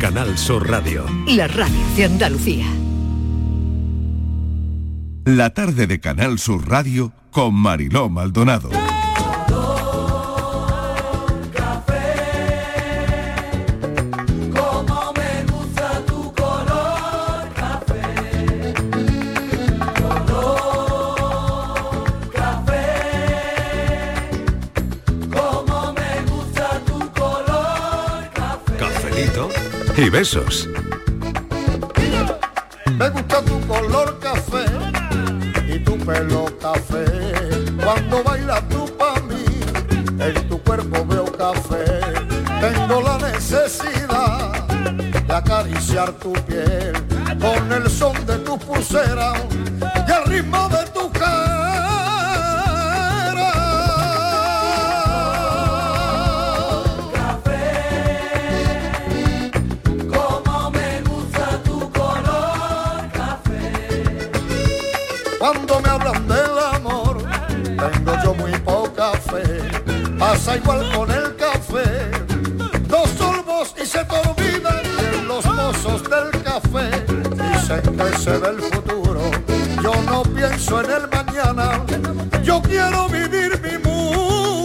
Canal Sur Radio. La radio de Andalucía. La tarde de Canal Sur Radio con Mariló Maldonado. Y besos. Me gusta tu color café y tu pelo café. Cuando bailas tú pa' mí, en tu cuerpo veo café. Tengo la necesidad de acariciar tu piel con el son de tu pulsera y el ritmo de tu Cuando me hablan del amor, tengo yo muy poca fe. Pasa igual con el café. 2 sorbos y se te olvidan de los mozos del café. Dicen que se ve el futuro. Yo no pienso en el mañana. Yo quiero vivir mi mundo.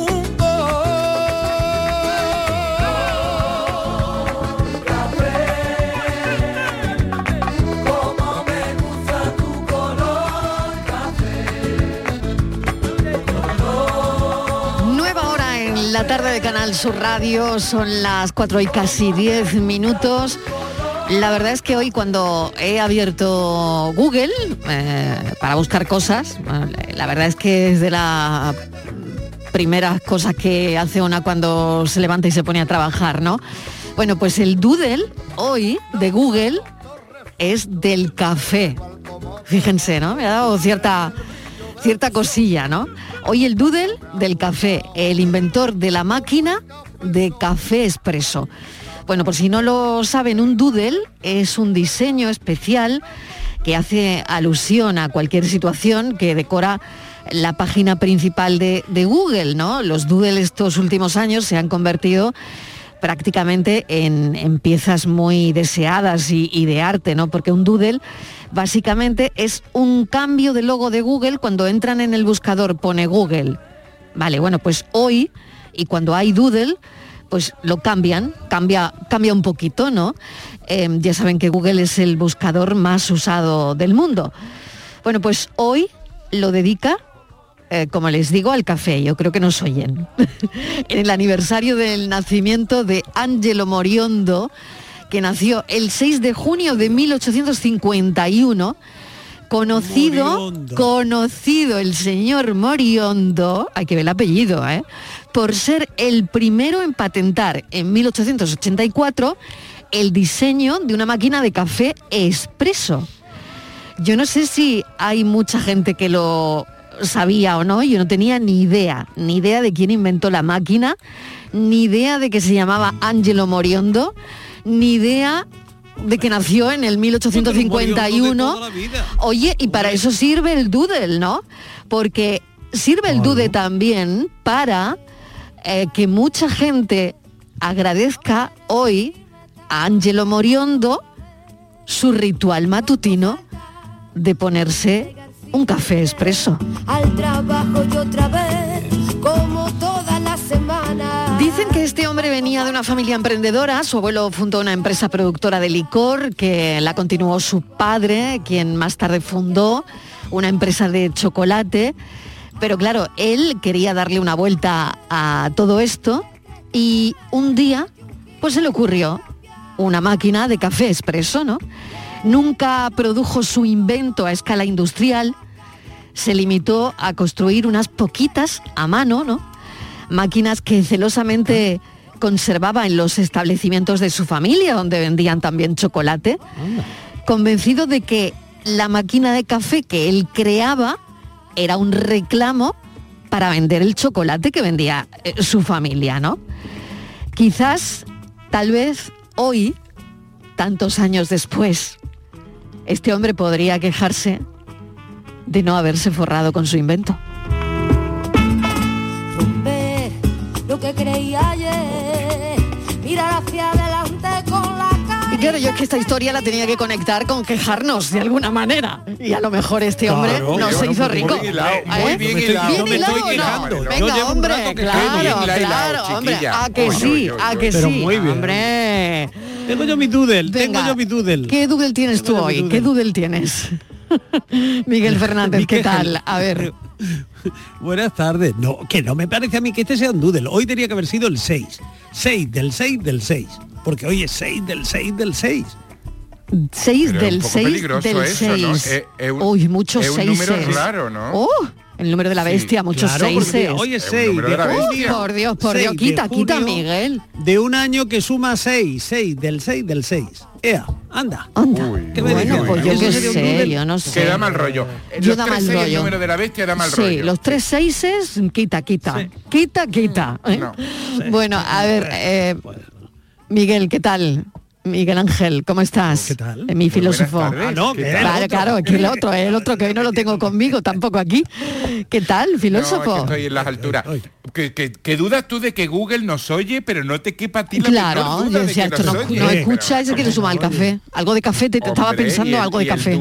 La tarde de Canal Sur Radio, son las 4 y casi 10 minutos. La verdad es que hoy cuando he abierto Google para buscar cosas, la verdad es que es de las primeras cosas que hace una cuando se levanta y se pone a trabajar, ¿no? Bueno, pues el doodle hoy de Google es del café. Fíjense, ¿no? Me ha dado cierta cosilla, ¿no? Hoy el doodle del café, el inventor de la máquina de café expreso. Bueno, por si no lo saben, un doodle es un diseño especial que hace alusión a cualquier situación que decora la página principal de Google, ¿no? Los doodles estos últimos años se han convertido prácticamente en piezas muy deseadas y de arte, ¿no? Porque un doodle básicamente es un cambio de logo de Google. Cuando entran en el buscador pone Google. Vale, bueno, pues hoy, y cuando hay doodle, pues lo cambia un poquito, ¿no? Ya saben que Google es el buscador más usado del mundo. Bueno, pues hoy lo dedica, como les digo, al café. Yo creo que nos oyen. En el aniversario del nacimiento de Angelo Moriondo, que nació el 6 de junio de 1851, conocido el señor Moriondo, hay que ver el apellido, por ser el primero en patentar en 1884 el diseño de una máquina de café expreso. Yo no sé si hay mucha gente que lo sabía o no, yo no tenía ni idea de quién inventó la máquina, ni idea de que se llamaba Angelo Moriondo, ni idea de que nació en el 1851. Oye, y para eso sirve el doodle, ¿no? Porque sirve el doodle también para que mucha gente agradezca hoy a Angelo Moriondo su ritual matutino de ponerse un café expreso. Al trabajo y otra vez, como todas las semanas. Dicen que este hombre venía de una familia emprendedora. Su abuelo fundó una empresa productora de licor que la continuó su padre, quien más tarde fundó una empresa de chocolate. Pero claro, él quería darle una vuelta a todo esto y un día pues se le ocurrió una máquina de café expreso, ¿no? Nunca produjo su invento a escala industrial, se limitó a construir unas poquitas a mano, ¿no? Máquinas que celosamente conservaba en los establecimientos de su familia, donde vendían también chocolate, convencido de que la máquina de café que él creaba era un reclamo para vender el chocolate que vendía su familia, ¿no? Quizás, tal vez hoy, tantos años después, este hombre podría quejarse de no haberse forrado con su invento. Romper lo que creí ayer, mirar hacia adelante con la cara. Y Claro, yo es que esta historia la tenía que conectar con quejarnos de alguna manera. Y a lo mejor este hombre no se hizo rico. Muy bien hilado. Bien hilado, ¿no? Venga, hombre, claro, hombre. A que sí, a que Pero sí, muy bien. hombre. Tengo yo mi doodle, Venga, doodle. ¿Qué doodle tienes tú Tengo yo mi hoy? doodle. ¿Qué doodle tienes? Miguel Fernández, ¿qué tal? A ver. Buenas tardes. No, que no me parece a mí que este sea un doodle. Hoy tenía que haber sido el 6. 6 del 6 del 6. Porque hoy es 6 del 6 del 6. 6 Pero del es un poco 6 peligroso del eso, 6. ¿no? Uy, muchos es un 6. número raro, ¿no? El número de la bestia, muchos Claro, porque 6. hoy es Es un 6 número de la bestia. Por Dios, 6 de quita, junio Miguel. De un año que suma 6. 6 del 6 del 6. Ea, anda. Anda. Uy, ¿Qué me Bueno, dices? pues yo ¿Eso qué sería un sé, doodle? yo no sé. Que da mal rollo. Yo Los da 3, mal 6, rollo. el número de la bestia da mal rollo. Sí, los 3 6 quita. Sí. Quita. ¿eh? No. Bueno, a ver, Miguel, ¿qué tal? Miguel Ángel, ¿cómo estás? ¿Qué tal? Mi filósofo. Buenas tardes. Ah, no, ¿Qué que tal? Claro, es que el otro que hoy no lo tengo conmigo tampoco aquí. ¿Qué tal, No, es filósofo? que estoy en las alturas. Ay. Que dudas tú de que Google nos oye, pero no te quepa a ti la Claro, menor duda yo de decía, que esto nos no oye. escucha ese que le suma al café. Algo de café, te estaba Hombre, pensando algo de café.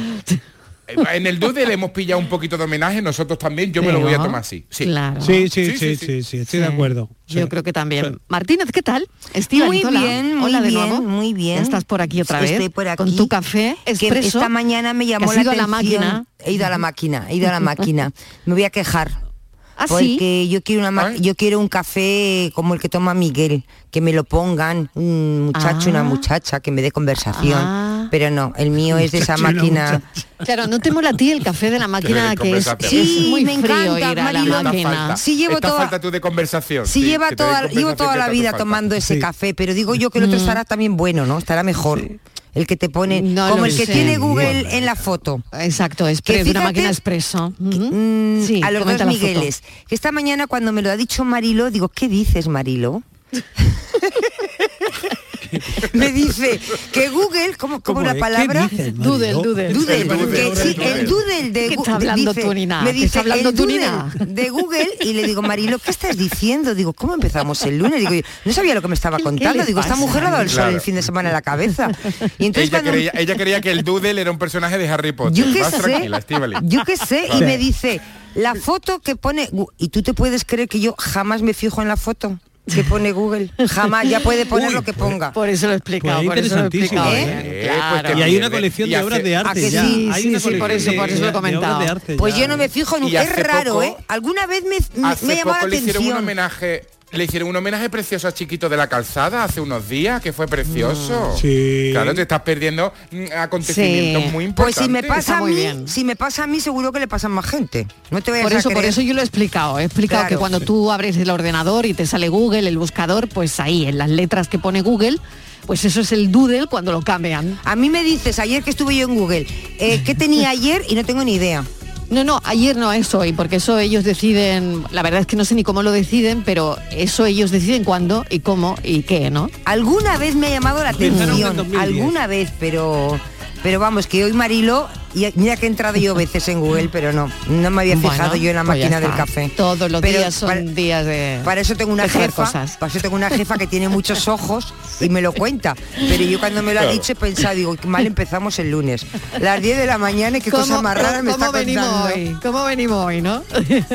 En el doodle hemos pillado un poquito de homenaje, nosotros también, yo me lo voy a Pero, tomar así. Sí. Claro. Sí, Sí, estoy de acuerdo. Yo Sí. creo que también. Sí. Martínez, ¿qué tal? Estíbaliz, Muy hola. bien, muy Hola de bien, nuevo. muy bien. Ya estás por aquí otra vez. Estoy por aquí. Con tu café Que expreso. esta mañana me llamó que has la ido a la atención. máquina. He ido a la máquina. Me voy a quejar. ¿Ah, sí? Porque yo quiero yo quiero un café como el que toma Miguel, que me lo pongan un muchacho, una muchacha, que me dé conversación. Ah. Pero no, el mío es de esa Muchacho y una máquina. Claro, ¿no te mola a ti el café de la máquina que es, conversación. es Sí, muy me frío encanta, ir a la Marilo. máquina? Sí, llevo Esta toda- falta tú de conversación. Sí, que te dé llevo toda conversación la que vida te falta. tomando ese Sí. café, pero digo yo que el otro estará también bueno, ¿no? Estará mejor. El que te pone, No como lo el que sé. tiene Google en la foto. Exacto, es Que de una fíjate máquina expreso. Ujú. Sí, a los dos comenta la foto. Migueles. Que esta mañana cuando me lo ha dicho Marilo, digo, ¿qué dices, Marilo? Me dice que Google, ¿cómo la es? palabra? ¿Qué dices, Marilo? Doodle. Doodle, El doodle, que sí, doodle. el doodle de ¿Qué Google. está hablando tú ni nada? Me ¿Qué dice está hablando el tú ni doodle nada? de Google y le digo, Marilo, ¿qué estás diciendo? Digo, ¿cómo empezamos el lunes? Digo, no sabía lo que me estaba ¿Qué contando. le Digo, esta pasa? mujer le ha dado el sol Claro. el fin de semana en la cabeza. Y entonces Ella creía que el doodle era un personaje de Harry Potter. yo qué Vas sé, tranquila, Estíbaliz. y me dice, la foto que pone, y tú te puedes creer que yo jamás me fijo en la foto que pone Google, jamás, ya puede poner Uy, lo que ponga. Por eso lo he explicado, Pues por eso lo he interesantísimo, explicado. ¿eh? Claro. Pues Y hay una pierde. colección Y de hace- obras de ¿A arte que ya. sí? Hay Sí, una sí, por colección eso lo he de comentado. obras de arte Pues ya. yo no me fijo en Y es hace raro, poco- ¿eh? Alguna vez me Hace llamó la poco le hicieron un atención. homenaje. Le hicieron un homenaje precioso a Chiquito de la Calzada hace unos días, que fue precioso. Sí. Claro, te estás perdiendo acontecimientos Sí. muy Pues importantes. si me pasa Está a muy mí, bien. si me pasa a mí, seguro que le pasan más gente. No te vayas a Por creer. eso yo lo he explicado. He explicado Claro. que cuando tú abres el ordenador y te sale Google, el buscador, pues ahí, en las letras que pone Google, pues eso es el doodle cuando lo cambian. A mí me dices, ayer que estuve yo en Google, ¿qué tenía ayer? Y no tengo ni idea. No, ayer no, es hoy, porque eso ellos deciden, la verdad es que no sé ni cómo lo deciden, pero eso ellos deciden cuándo y cómo y qué, ¿no? Alguna vez me ha llamado la Empezaron en atención, 2010. alguna vez, pero vamos, que hoy Marilo, y mira que he entrado yo veces en Google, pero no me había fijado Bueno, yo en la pues ya máquina del está. café. Todos los Pero días son días de... Para eso tengo una de hacer jefa, cosas. para eso tengo una jefa que tiene muchos ojos y me lo cuenta. Pero yo cuando me lo ha dicho he pensado, digo, qué mal empezamos el lunes. Las 10 de la mañana y qué cosa más rara me está venimos contando. hoy? ¿Cómo venimos hoy, no? Uy,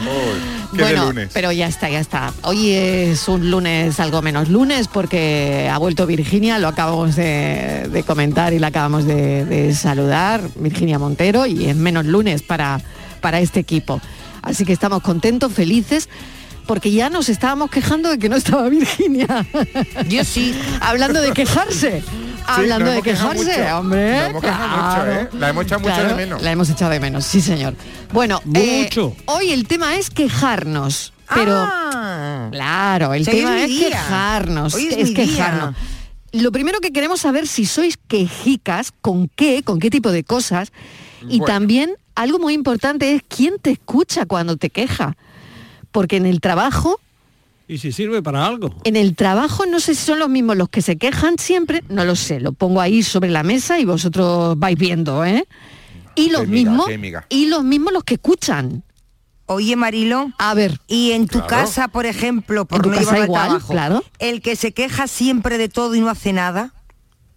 qué Bueno, de lunes. pero ya está. Hoy es un lunes algo menos lunes porque ha vuelto Virginia, lo acabamos de comentar y la acabamos de saludar, Virginia Montero, y es menos lunes para este equipo. Así que estamos contentos, felices, porque ya nos estábamos quejando de que no estaba Virginia. Yo sí. Hablando de quejarse. Hablando nos de hemos quejado quejarse, mucho. hombre. Nos hemos quejado mucho, ¿eh? La hemos echado mucho de menos. La hemos echado de menos, sí señor. Bueno, Mucho. hoy el tema es quejarnos, pero Ah. claro, el O sea, hoy tema es es mi día. quejarnos, Hoy es mi quejarnos. Lo primero que queremos saber si sois quejicas, con qué tipo de cosas, y Bueno. también algo muy importante es quién te escucha cuando te queja, porque en el trabajo Y si sirve para algo. no sé si son los mismos los que se quejan siempre, no lo sé, lo pongo ahí sobre la mesa y vosotros vais viendo, ¿eh? Y los Qué miga, mismos, qué miga. y los mismos los que escuchan. Oye, Marilo, A ver, y en tu Claro. casa, por ejemplo, por En tu no casa llevarlo al igual, trabajo, claro. el que se queja siempre de todo y no hace nada.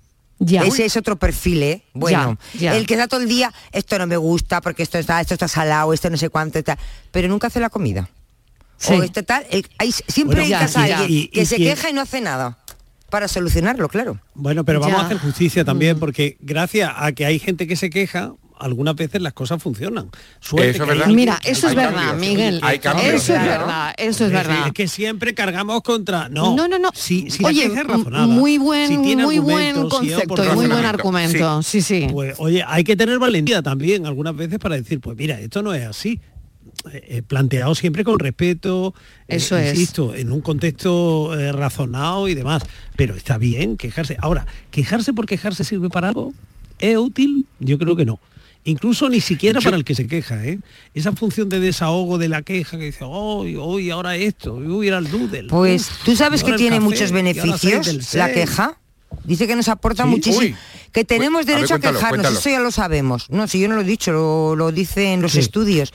Ya. Ese es otro perfil, ¿eh? Bueno, Ya. el que da todo el día, esto no me gusta porque esto está salado, esto no sé cuánto y tal, pero nunca hace la comida. Sí. O este tal, siempre Bueno, en casa ya. alguien que Y se quién- queja y no hace nada para solucionarlo, claro. Bueno, pero vamos Ya. a hacer justicia también, porque gracias a que hay gente que se queja, algunas veces las cosas funcionan. Suerte Eso que es hay verdad. alguien Mira, que- eso es Hay verdad, cambios. Miguel. Hay cambios. Eso es Claro. verdad, eso es verdad. Es que siempre cargamos contra... No, No. Si Oye, la queja es razonada, muy buen, si tiene muy buen argumentos, si es concepto y muy oportuno, buen Razonamiento, argumento. Sí. pues oye, hay que tener valentía también algunas veces para decir, pues mira, esto no es así. Planteado siempre con respeto, Eso es. insisto, en un contexto razonado y demás. Pero está bien quejarse. Ahora, ¿quejarse por quejarse sirve para algo? ¿Es útil? Yo creo que no. Incluso ni siquiera para el que se queja, ¿eh? Esa función de desahogo de la queja que dice, hoy ahora esto, voy a ir al doodle. Pues tú sabes y que ahora el tiene café, muchos y ahora beneficios del la 6. queja. Dice que nos aporta Sí. muchísimo. Uy. Que tenemos A ver, derecho a cuéntalo, quejarnos, cuéntalo. eso ya lo sabemos. No, si yo no lo he dicho, lo dicen los Sí. estudios.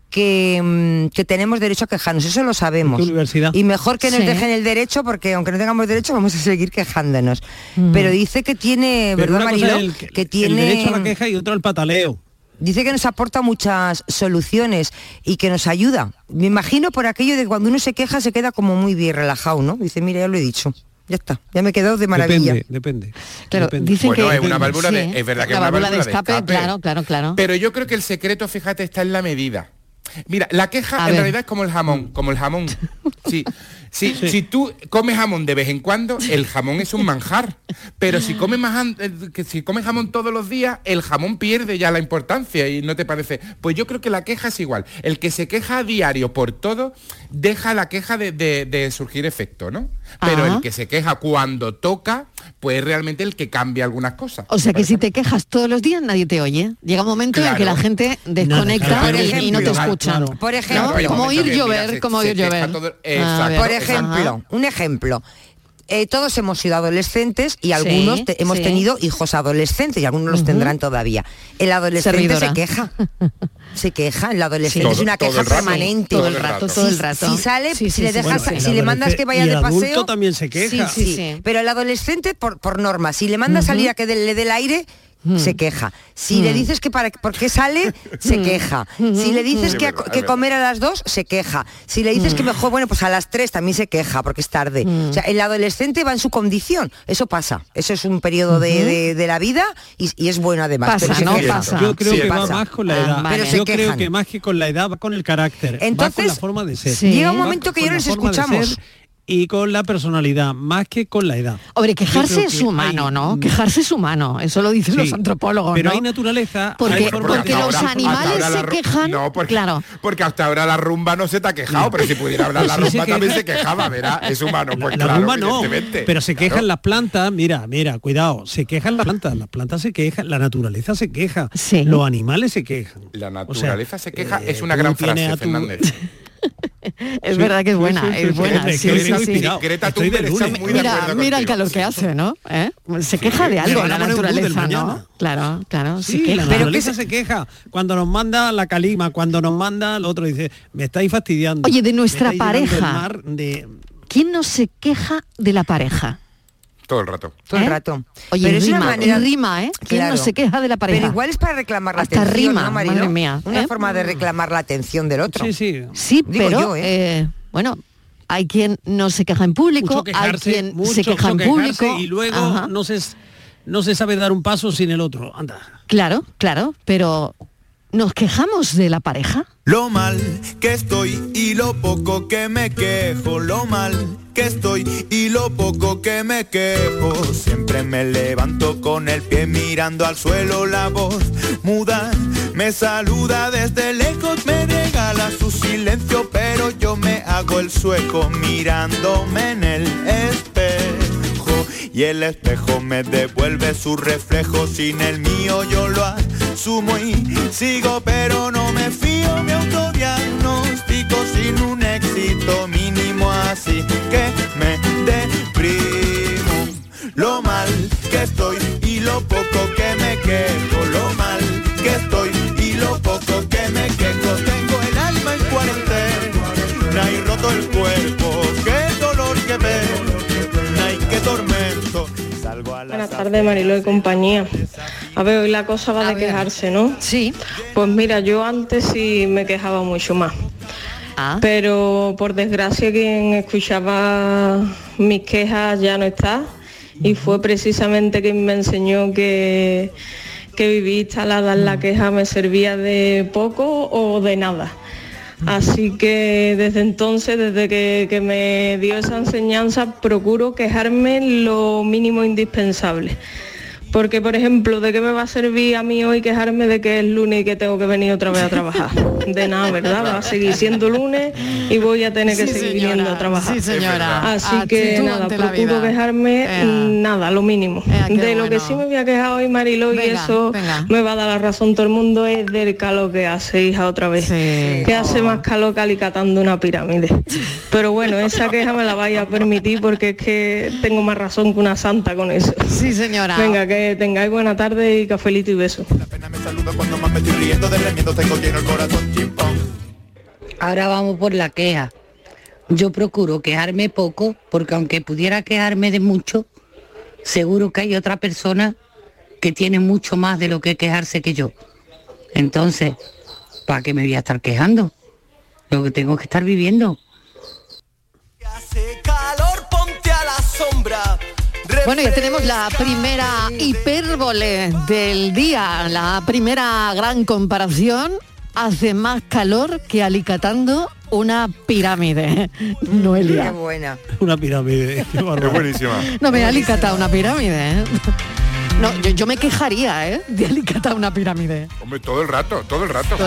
Que tenemos derecho a quejarnos, eso lo sabemos. ¿En qué universidad? Y mejor que nos Sí. dejen el derecho, porque aunque no tengamos derecho vamos a seguir quejándonos. Pero dice que tiene, Pero ¿verdad, una cosa Mariló? es Que el tiene... derecho a la queja y otro al pataleo. Dice que nos aporta muchas soluciones y que nos ayuda. Me imagino por aquello de que cuando uno se queja se queda como muy bien relajado, ¿no? Dice, mira, ya lo he dicho. Ya está, ya me he quedado de maravilla. Depende. Claro, depende. dicen Bueno, que es una válvula de- sí, es verdad que la es una válvula de válvula de escape, escape. claro. Pero yo creo que el secreto, fíjate, está en la medida. Mira, la queja A en ver. realidad es como el jamón, Sí. Si tú comes jamón de vez en cuando, el jamón es un manjar. Pero si comes si comes jamón todos los días, el jamón pierde ya la importancia y no te parece. Pues yo creo que la queja es igual. El que se queja a diario por todo, deja la queja de surgir efecto, ¿no? Pero Ah. el que se queja cuando toca, pues es realmente el que cambia algunas cosas. O sea que ¿Me si parece? te quejas todos los días nadie te oye. Llega un momento en que la Claro. gente desconecta claro. y no te Por escuchan. ejemplo, por ejemplo. ¿No? Hay un Como momento oír que, mira, llover, se- como se oír queja llover. todo- A Exacto. ver. Por ejemplo, un ejemplo. Todos hemos sido adolescentes y algunos hemos sí. tenido hijos adolescentes y algunos los tendrán todavía. El adolescente Servidora. se queja. Se queja, el adolescente Sí. es una Todo queja el rato. permanente. Todo el rato. todo el rato. Si sale, Sí, si sí, le sí, dejas, sí, sí. si le mandas que vaya Y de el adulto paseo, también se queja. Sí. Pero el adolescente por norma, si le mandas salir a que le dé el aire, se queja. Si le dices que por qué sale, se queja. Si le dices Es que, verdad, es que verdad. comer a las 2, se queja. Si le dices que mejor, bueno, pues a las 3 también se queja porque es tarde. O sea, el adolescente va en su condición. Eso pasa. Eso es un periodo de la vida y es bueno además. Pasa, pero se ¿no? queja. Pasa. Yo creo Sí, que va pasa. más con la Ah, edad. vale. Pero se Yo creo quejan. que más que con la edad va con el carácter, va con Entonces, la forma de ser. sí. Llega un Va momento que con ya no la les forma de escuchamos. ser y con la personalidad, más que con la edad. Hombre, Yo quejarse creo es que humano, hay, ¿no? Quejarse es humano, eso lo dicen sí, los antropólogos, pero ¿no? hay naturaleza, Porque- hay forma porque de- los hasta animales ahora se la ru- quejan, No, porque, claro. porque hasta ahora la rumba no se te ha quejado, pero si pudiera hablar la Sí se rumba queja. también se quejaba, ¿verdad? Es humano, pues la claro, rumba no, evidentemente. pero se Claro. quejan las plantas, mira, cuidado, se quejan las plantas se quejan, la naturaleza se queja, Sí. los animales se quejan. La O sea, naturaleza se queja, es tú una gran tienes frase, a tu- Fernández. Es verdad que es buena, es buena. Es sí, que hoy sí, vengo sí. inspirado. Greta Estoy de Thunberg está lunes. muy de Mira, acuerdo mira el contigo. calor que hace, ¿no? Se queja de me algo van a la poner un doodle naturaleza, ¿no? mañana. Claro, Sí, se queja. la naturaleza se queja. Cuando nos manda la calima, cuando nos manda el otro, dice, me estáis fastidiando. Oye, de Me nuestra estáis llenando el pareja. mar de... ¿Quién no se queja de la pareja? Todo el rato. Todo el ¿Eh? rato. Oye, Pero es una rima, manera- rima, ¿eh? ¿Quién Claro. no se queja de la pareja? Pero igual es para reclamar la Hasta atención, rima, ¿no, Mariló? madre mía, Una ¿eh? forma de reclamar la atención del otro. Sí, sí. Sí, Digo pero yo, bueno, hay quien no se queja en público, Mucho quejarse, hay quien mucho se queja en quejarse público y luego Ajá. no se sabe dar un paso sin el otro. Anda. Claro, pero ¿nos quejamos de la pareja? Lo mal que estoy y lo poco que me quejo, lo mal que estoy y lo poco que me quejo. Siempre me levanto con el pie mirando al suelo, la voz muda me saluda desde lejos, me regala su silencio, pero yo me hago el sueco mirándome en el espejo. Y el espejo me devuelve su reflejo, sin el mío yo lo asumo y sigo, pero no me fío, me autodiagnostico sin un éxito mínimo, así que me deprimo. Lo mal que estoy y lo poco que me quejo, lo mal que estoy y lo poco que me quejo. Tengo el alma en cuarentena y roto el cuerpo, qué dolor que veo, ay qué tormento. Salgo a Buenas tardes, Mariló y compañía. A ver, hoy la cosa va de quejarse, ¿no? Sí. Pues mira, yo antes sí me quejaba mucho más. Pero por desgracia quien escuchaba mis quejas ya no está. Y fue precisamente quien me enseñó que vivir instalada en la queja me servía de poco o de nada. Así que desde entonces, desde que me dio esa enseñanza, procuro quejarme lo mínimo indispensable. Porque, por ejemplo, ¿de qué me va a servir a mí hoy quejarme de que es lunes y que tengo que venir otra vez a trabajar? De nada, ¿verdad? Va a seguir siendo lunes y voy a tener que seguir viniendo a trabajar. Sí, señora. Así que nada, procuro quejarme nada, lo mínimo. De lo que sí me voy a quejar hoy, Mariló, y eso me va a dar la razón todo el mundo, es del calor que hace, hija, otra vez. Que hace más calor que alicatando una pirámide. Pero bueno, esa queja me la vaya a permitir porque es que tengo más razón que una santa con eso. Sí, señora. Venga, que tengáis buena tarde y cafelito y beso. Ahora vamos por la queja. Yo procuro quejarme poco porque aunque pudiera quejarme de mucho, seguro que hay otra persona que tiene mucho más de lo que quejarse que yo. Entonces, ¿para qué me voy a estar quejando? Lo que tengo que estar viviendo. Hace calor, ponte a la sombra. Bueno, ya tenemos la primera hipérbole del día, la primera gran comparación. Hace más calor que alicatando una pirámide. Noelia. Qué buena. Una pirámide. Qué buenísima. No me he alicatado una pirámide, ¿eh? No, yo me quejaría, de alicatar una pirámide. Hombre, todo el rato. Todo el rato.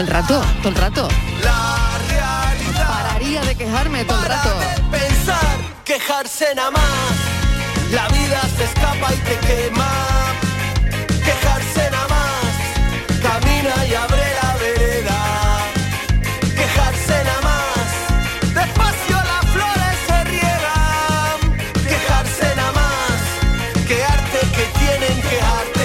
La realidad. Pararía de quejarme todo el rato. Pensar, quejarse nada más. La vida se escapa y te quema. Quejarse nada más. Camina y abre la vereda. Quejarse nada más. Despacio las flores se riegan. Quejarse nada más. Quejarte que tienen quejarte.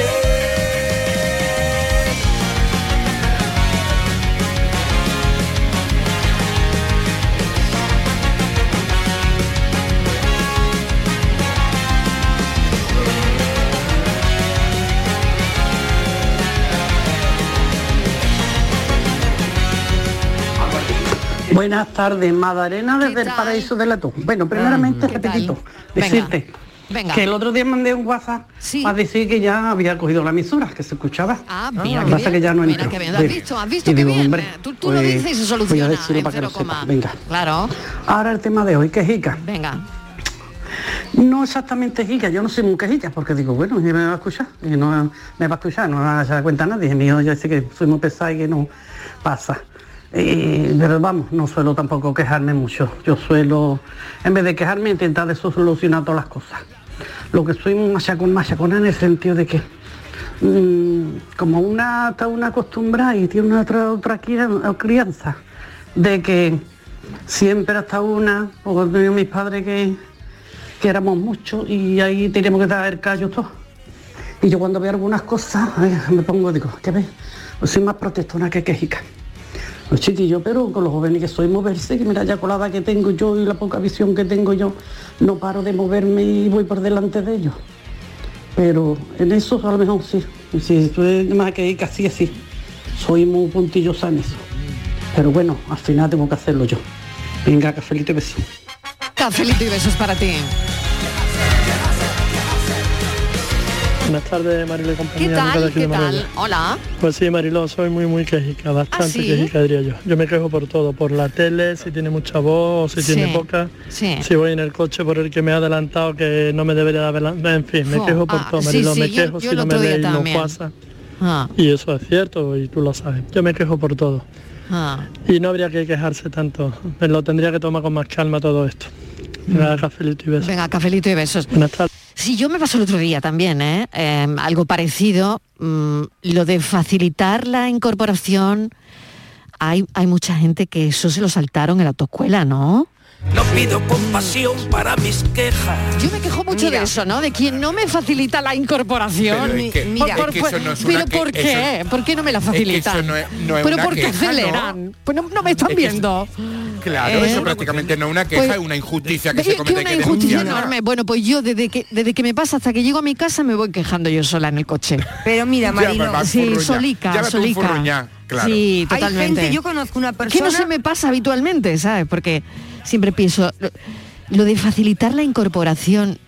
Buenas tardes, Madarena desde el Paraíso de la Tuz. Bueno, primeramente, repetito, decirte que el otro día mandé un WhatsApp para decir que ya había cogido la emisora, que se escuchaba. Mira, lo que pasa que ya no entró. Mira, que bien, ¿has visto y qué digo, bien? Hombre, Tú lo dices y se soluciona. Voy a decirlo para que lo sepa. Venga. Claro. Ahora el tema de hoy, quejica. Venga. No exactamente quejica, yo no soy muy quejica, porque digo, bueno, ¿y me va a escuchar? Y no me va a escuchar, no me va a dar cuenta a nadie. Mío, yo sé que soy muy pesada y que no pasa. Pero vamos, no suelo tampoco quejarme mucho. Yo suelo, en vez de quejarme, intentar de solucionar todas las cosas. Lo que soy machacona en el sentido de que como una está una acostumbrada y tiene una otra crianza, de que siempre hasta una, o tenía mis padres que éramos muchos y ahí teníamos que dar el callo todo. Y yo cuando veo algunas cosas, me pongo, digo, ¿qué ves? Pues soy más protestona que quejica. Los chiquillos, pero con los jóvenes que soy, moverse, que mira ya con la edad que tengo yo y la poca visión que tengo yo, no paro de moverme y voy por delante de ellos. Pero en eso a lo mejor sí, si soy más que casi así, soy muy puntillosa en eso. Pero bueno, al final tengo que hacerlo yo. Venga, cafelito y besos. Cafelito y besos para ti. Buenas tardes, Mariló y compañía. ¿Qué tal? Hola. Pues sí, Mariló, soy muy quejica, bastante quejica, diría yo. Yo me quejo por todo, por la tele, si tiene mucha voz o si tiene poca. Si voy en el coche por el que me ha adelantado que no me debería de adelantar. En fin, me quejo por todo, Mariló. Me quejo si no me leí no pasa. Y eso es cierto y tú lo sabes. Yo me quejo por todo. Y no habría que quejarse tanto. Me lo tendría que tomar con más calma todo esto. Venga, cafelito y besos. Venga, cafelito y besos. Buenas tardes. Sí, yo me pasó el otro día también, algo parecido, lo de facilitar la incorporación. Hay mucha gente que eso se lo saltaron en la autoescuela, ¿no? No pido compasión para mis quejas. Yo me quejo mucho de eso, ¿no? De quien no me facilita la incorporación. Pero es que, Mira, es que eso no es una ¿pero por qué? ¿Por qué no me la facilitan? Es que eso no es ¿Pero una por qué queja, aceleran? Pues no me están viendo. Claro, eso prácticamente no es una queja, Pues, es una injusticia que es se que comete. una hay que injusticia denunciarla. enorme. Bueno, pues yo desde que me pasa hasta que llego a mi casa me voy quejando yo sola en el coche. Pero mira, Marilo, sí, solica. Claro. Sí, hay totalmente. gente, yo conozco una Que persona... no se me pasa habitualmente, ¿sabes? Porque siempre pienso, lo de facilitar la incorporación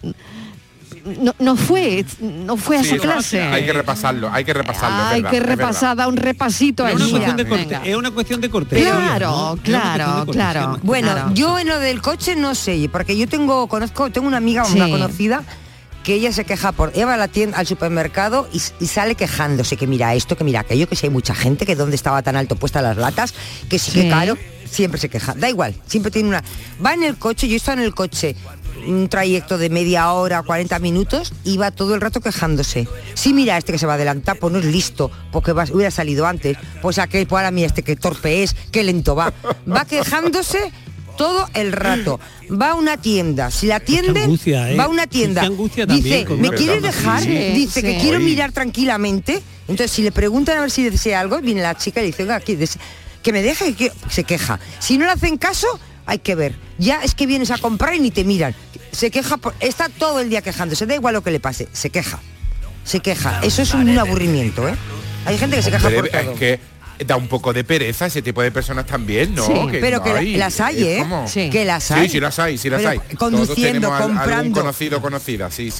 no fue a esa clase. Hay que repasarlo, Hay es verdad, que es repasar, da un repasito a Es una eso. cuestión de Venga. es una cuestión de cortesía. Claro, ¿no? Es una cuestión de cortesía, claro. más que Bueno, nada. yo en lo del coche no sé, porque yo tengo una amiga, una Sí. conocida, que ella se queja ella va a la tienda, al supermercado y sale quejándose que mira esto, que mira aquello, que si hay mucha gente, que dónde estaba tan alto puestas las latas, que sí que Sí. caro, siempre se queja. Da igual, siempre tiene una. Va en el coche, yo estoy en el coche un trayecto de media hora, 40 minutos, y va todo el rato quejándose. Sí, mira, este que se va a adelantar, pues no es listo, porque hubiera salido antes, pues aquel, pues ahora mira este que torpe es, qué lento va. Va quejándose todo el rato. Va a una tienda, si la atienden, angustia, ¿eh? va a una tienda, Qué angustia también, dice, con ¿me una quieres persona. dejar? Sí, Dice que sí. quiero Oye. mirar tranquilamente. Entonces, si le preguntan a ver si desea algo, viene la chica y le dice, oiga, que me deje, que se queja. Si no le hacen caso, hay que ver. Ya es que vienes a comprar y ni te miran. Se queja, está todo el día quejándose, da igual lo que le pase, se queja. Se queja. Eso es un aburrimiento, ¿eh? Hay gente que se queja por todo. Es que da un poco de pereza ese tipo de personas también, ¿no? Sí, pero que las hay, es ¿eh? como- Sí. Que las hay. Sí, las hay, sí las Pero hay. conduciendo, Todos tenemos algún comprando. conocido, conocida, sí.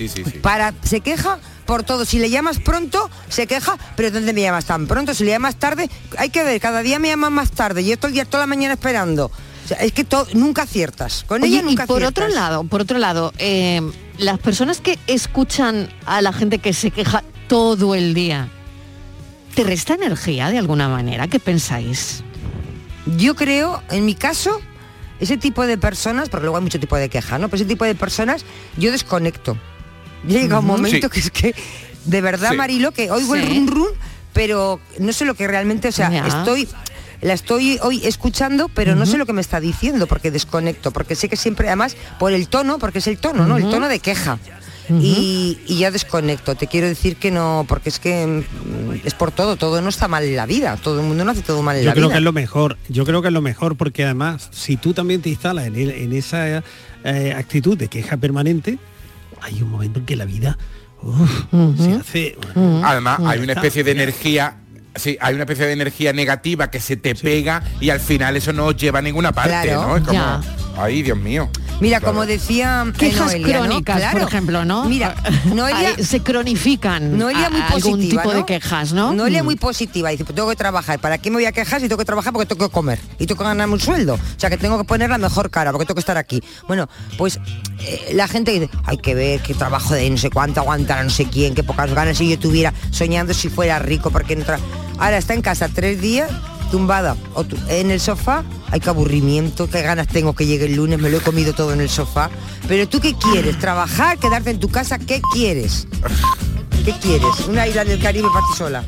Se queja por todo. Si le llamas pronto, se queja, pero ¿dónde me llamas tan pronto? Si le llamas tarde, hay que ver, cada día me llaman más tarde. Yo estoy el día toda la mañana esperando. O sea, es que nunca aciertas. Con Oye, ella nunca y por aciertas. otro lado, las personas que escuchan a la gente que se queja todo el día, ¿te resta energía de alguna manera? ¿Qué pensáis? Yo creo, en mi caso, ese tipo de personas, porque luego hay mucho tipo de quejas, ¿no? Pero ese tipo de personas, yo desconecto. Llega un momento Sí. que es que, de verdad, Sí. Marilo, que oigo el Sí. rum rum, pero no sé lo que realmente, o sea, Ya. la estoy hoy escuchando, pero no sé lo que me está diciendo, porque desconecto, porque sé que siempre, además, por el tono, porque es el tono, ¿no? El tono de queja. Y ya desconecto. Te quiero decir que no, porque es que es por todo no está mal en la vida, todo el mundo no hace todo mal en Yo la creo vida. que es lo mejor, porque además, si tú también te instalas en esa actitud de queja permanente, hay un momento en que la vida se hace... Además, hay una está. especie de energía. Sí, hay una especie de energía negativa que se te pega y al final eso no os lleva a ninguna parte, Claro. ¿no? Es como, Ya. ay, Dios mío. Mira, Claro. como decía Quejas Noelia, ¿no? crónicas, Claro. por ejemplo, ¿no? Mira, Noelia, Se cronifican Noelia muy algún positiva, tipo ¿no? de quejas, ¿no? Noelia muy positiva, dice, pues tengo que trabajar. ¿Para qué me voy a quejar si tengo que trabajar porque tengo que comer? Y tengo que ganarme un sueldo. O sea, que tengo que poner la mejor cara porque tengo que estar aquí. Bueno, pues la gente dice, hay que ver qué trabajo de no sé cuánto aguantará no sé quién, qué pocas ganas si yo tuviera, soñando si fuera rico, porque no ahora está en casa 3 días, tumbada en el sofá. Ay, qué aburrimiento, qué ganas tengo que llegue el lunes, me lo he comido todo en el sofá. Pero tú, ¿qué quieres? ¿Trabajar? ¿Quedarte en tu casa? ¿Qué quieres? ¿Qué quieres? Una isla del Caribe para ti sola.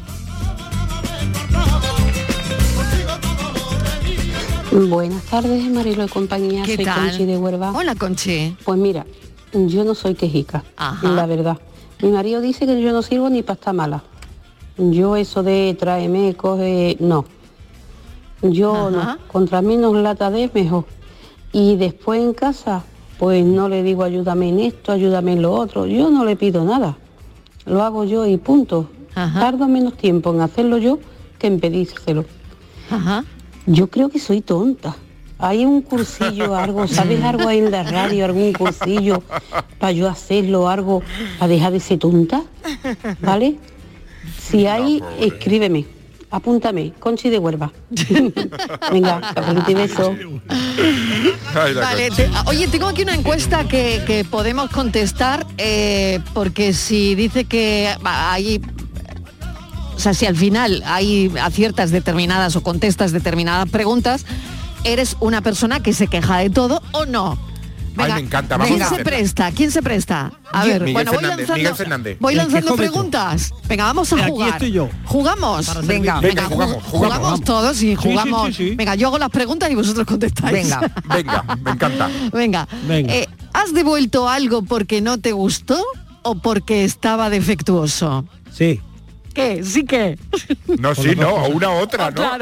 Buenas tardes, Marilo y compañía. ¿Qué Soy tal? Conchi de Huelva. Hola, Conchi. Pues mira, yo no soy quejica, Ajá. la verdad. Mi marido dice que yo no sirvo ni para estar mala. Yo eso de tráeme, coge, no. Yo Ajá. no. Contra menos lata de mejor. Y después en casa, pues no le digo ayúdame en esto, ayúdame en lo otro. Yo no le pido nada. Lo hago yo y punto. Ajá. Tardo menos tiempo en hacerlo yo que en pedírselo. Ajá. Yo creo que soy tonta. Hay un cursillo, algo, ¿sabes algo ahí en la radio? ¿Algún cursillo para yo hacerlo, algo para dejar de ser tonta? ¿Vale? Si hay, escríbeme, apúntame, Conchi de Huelva. Venga, cafelito y beso. Ay, la Vale, Conchi. oye, tengo aquí una encuesta que podemos contestar, porque si dice que hay... O sea, si al final hay aciertas determinadas o contestas determinadas preguntas, ¿eres una persona que se queja de todo o no? Ay, me encanta, vamos ¿Quién a se hacerla. presta? ¿Quién se presta? A ver, Miguel bueno, Fernández, Miguel Fernández. voy El lanzando quejómetro. preguntas. Venga, vamos a Aquí jugar. estoy yo. ¿Jugamos? Para Venga, servir. Venga, jugamos. Jugamos todos y Sí, sí, jugamos. sí, sí. Venga, yo hago las preguntas y vosotros contestáis. Venga. Venga, me encanta. Venga. Venga. ¿Has devuelto algo porque no te gustó o porque estaba defectuoso? Sí. ¿Qué? ¿Sí qué? No, sí, no, o una u otra, ¿no? Claro.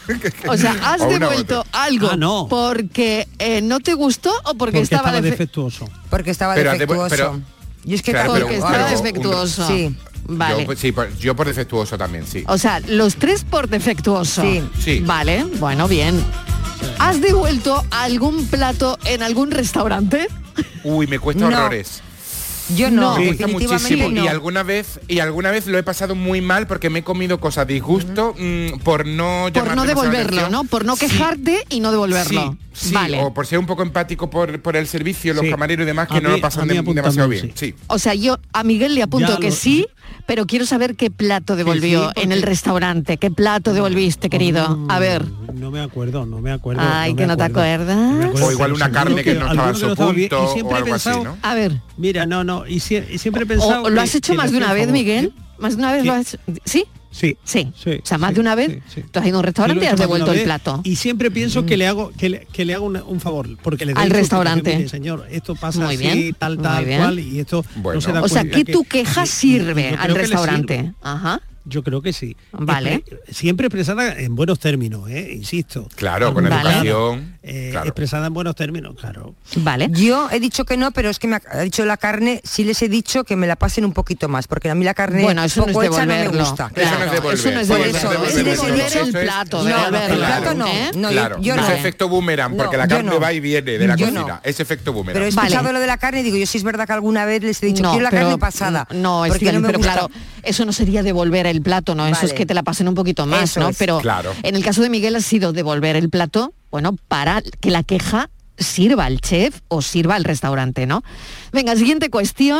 O sea, ¿has O una devuelto algo no. porque no te gustó o porque estaba defectuoso? Porque estaba Pero defectuoso. Y es que claro, porque pero- estaba pero defectuoso. Sí. Vale. Yo por defectuoso también, sí. O sea, los 3 por defectuoso. Sí. Vale, bueno, bien. ¿Has devuelto algún plato en algún restaurante? Uy, me cuesta No. horrores. Yo no, Me cuesta definitivamente muchísimo no. y alguna vez lo he pasado muy mal porque me he comido cosas de disgusto por no Por llamar no demasiado la devolverlo, atención. ¿no? Por no quejarte y no devolverlo. Sí, vale. o por ser un poco empático por el servicio, los Sí. camareros y demás, A que no mí- lo pasan a mí apúntame demasiado un bien. Sí. O sea, yo a Miguel le apunto Ya que lo- sí, pero quiero saber qué plato devolvió porque- en el restaurante. ¿Qué plato devolviste, querido? A ver. No me acuerdo. Ay, que no te acuerdas. O igual una carne que no estaba en su punto Y o siempre he algo así, pensado, ¿no? A ver. mira, y siempre he pensado... ¿O lo has hecho que más le de una hacía vez, favor, Miguel? ¿eh? ¿Más de una vez Sí. lo has hecho? ¿Sí? Sí. Sí. Sí, O sea, más sí, de una vez sí. tú has ido a un Sí, restaurante lo y he has hecho más de devuelto una el vez plato. y siempre pienso que le hago un favor porque le doy Al justificación. restaurante. Mire, señor, esto pasa Muy así, bien, tal muy bien. cual y esto Bueno. no se da O sea, cuenta que tu queja sirve yo al creo que le restaurante. sirve. Ajá. Yo creo que sí. Vale. Siempre expresada en buenos términos, insisto. Claro, con Vale. educación. Claro. Expresada en buenos términos, claro. Vale. Yo he dicho que no, pero es que me ha dicho la carne, sí les he dicho que me la pasen un poquito más, porque a mí la carne Bueno, eso no es poco hecha no me devolverlo. gusta. Eso no es devolver. Eso no es Por devolver. eso Es devolver el plato. No, devolverlo, el plato no. ¿eh? No, Claro, yo no no. es efecto boomerang, No, porque la yo carne no. va y viene de la Yo cocina. no. Es efecto boomerang. Pero he Vale. escuchado lo de la carne y digo, yo sí es verdad que alguna vez les he dicho, No, quiero la pero- carne pasada. No, porque Estíbaliz, me pero gusta. claro, eso no sería devolver el plato, ¿no? Eso Vale. es que te la pasen un poquito más, Eso ¿no? es. Pero Claro. en el caso de Miguel ha sido devolver el plato, bueno, para que la queja sirva al chef o sirva al restaurante, ¿no? Venga, siguiente cuestión.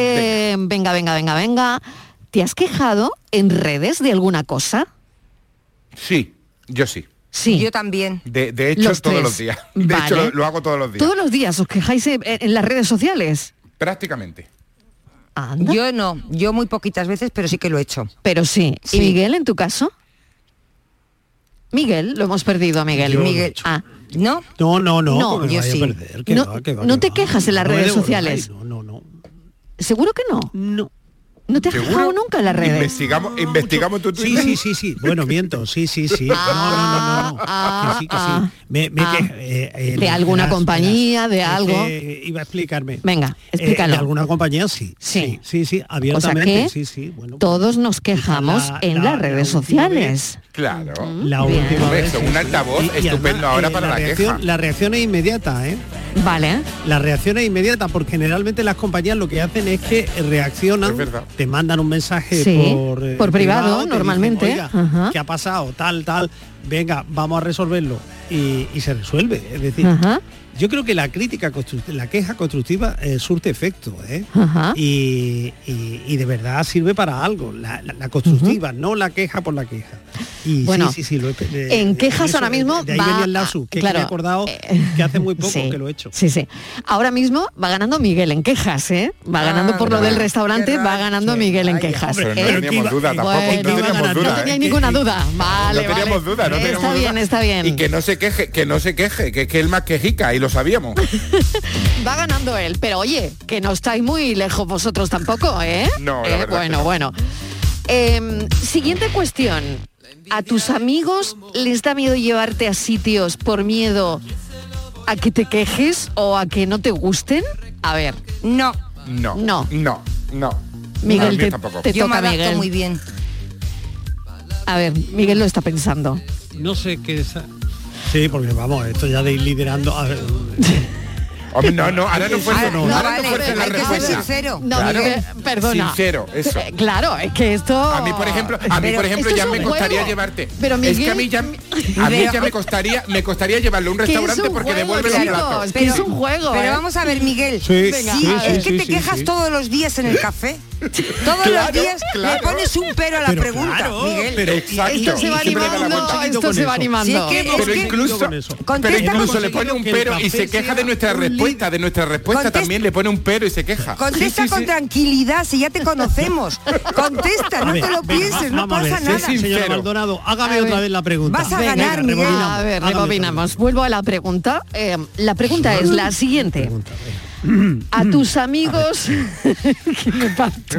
Venga. ¿Te has quejado en redes de alguna cosa? Sí, yo sí. Sí. Yo también. De hecho, Los todos tres. los días. De Vale. hecho, lo hago todos los días. ¿Todos los días os quejáis en las redes sociales? Prácticamente. Anda. Yo no, yo muy poquitas veces, pero sí que lo he hecho. Pero sí. Sí. ¿Y Miguel, en tu caso? Miguel, lo hemos perdido a Miguel. Yo lo he Miguel. hecho. Ah, No, No, porque me yo vaya sí. a perder. Que No- va, que va, no que te va. quejas en las No me redes devolváis, sociales. No. ¿seguro que no? No. ¿No te has ¿Seguro? quejado nunca en las redes? Investigamos tu Twitter. Sí. Bueno, miento. Sí. No. Que sí. Me De alguna compañía, de algo. Iba a explicarme. Venga, explícalo. De alguna compañía sí. Sí. Sí, O sea abiertamente. que Sí. Bueno, todos nos quejamos en las redes última sociales. Claro. La Bien. última Hombre, vez. son un altavoz estupendo ahora para la reacción, queja. La reacción es inmediata, ¿eh? Vale. La reacción es inmediata porque generalmente las compañías lo que hacen es que reaccionan, Es verdad. te mandan un mensaje Sí, por privado, te dicen, normalmente. "Oiga, Ajá. ¿qué ha pasado? Tal, venga, vamos a resolverlo. Y se resuelve. Es decir, Ajá. yo creo que la crítica la queja constructiva surte efecto, ¿eh? Ajá. Y de verdad sirve para algo, la constructiva, no la queja por la queja. Y Bueno, sí, lo en quejas eso, ahora mismo de ahí va venía el a- lazo, que claro, me he acordado que hace muy poco sí, que lo he hecho. Sí. Ahora mismo va ganando Miguel en quejas, ¿eh? Va ganando por lo del restaurante, va ganando Miguel en quejas. Pero no ¿eh? teníamos duda, tampoco. Bueno, no teníamos duda. no tenía ninguna duda. Vale, no teníamos duda, no teníamos duda. Está bien. Y que no se queje, que es el más quejica, y lo sabíamos. Va ganando él, pero oye, que no estáis muy lejos vosotros tampoco, ¿eh? No, la verdad que no. Bueno. Siguiente cuestión. ¿A tus amigos les da miedo llevarte a sitios por miedo a que te quejes o a que no te gusten? A ver. No. No. Miguel, A mí te tampoco. Yo me toca, adapto Miguel. muy bien. A ver, Miguel lo está pensando. No sé qué es. Sí, porque vamos, esto ya de ir liderando. A ver, Hombre, no, ahora no fuerza, No, ahora vale, no fuerza la hay que ser respuesta. sincero. No, Claro. Miguel, perdona. Sincero, eso. Claro, es que esto... A mí, por ejemplo, esto es ya un me costaría juego. llevarte. Pero Miguel... Es que a mí ya me costaría llevarlo a un Que es restaurante un porque juego, devuelve los chicos, platos. que es un juego. Pero ¿eh? vamos a ver, Miguel. Sí, Venga, Sí, a ver. es que te quejas todos los días en el café. Todos los días claro. le pones un pero a la Pero pregunta, claro, Miguel. pero Exacto. Esto se va Y siempre le da la animando, vuelta. esto se va animando. Sí, es que- Pero es que- incluso, con eso. Contesta le pone un que el pero y café se queja sea de nuestra un respuesta, Contesta- también le pone un pero y se queja. Contesta Sí, sí, con sí. tranquilidad, si ya te conocemos. Contesta, A no ver, te lo venga, pienses, no vamos a ver, pasa sé nada. Señor sincero. Maldonado, hágame A otra ver. vez la pregunta. Vas a ganar, Miguel. rebobinamos. A ver, Hágame rebobinamos. Vuelvo a la pregunta. La pregunta es la siguiente. A tus amigos... que me parto.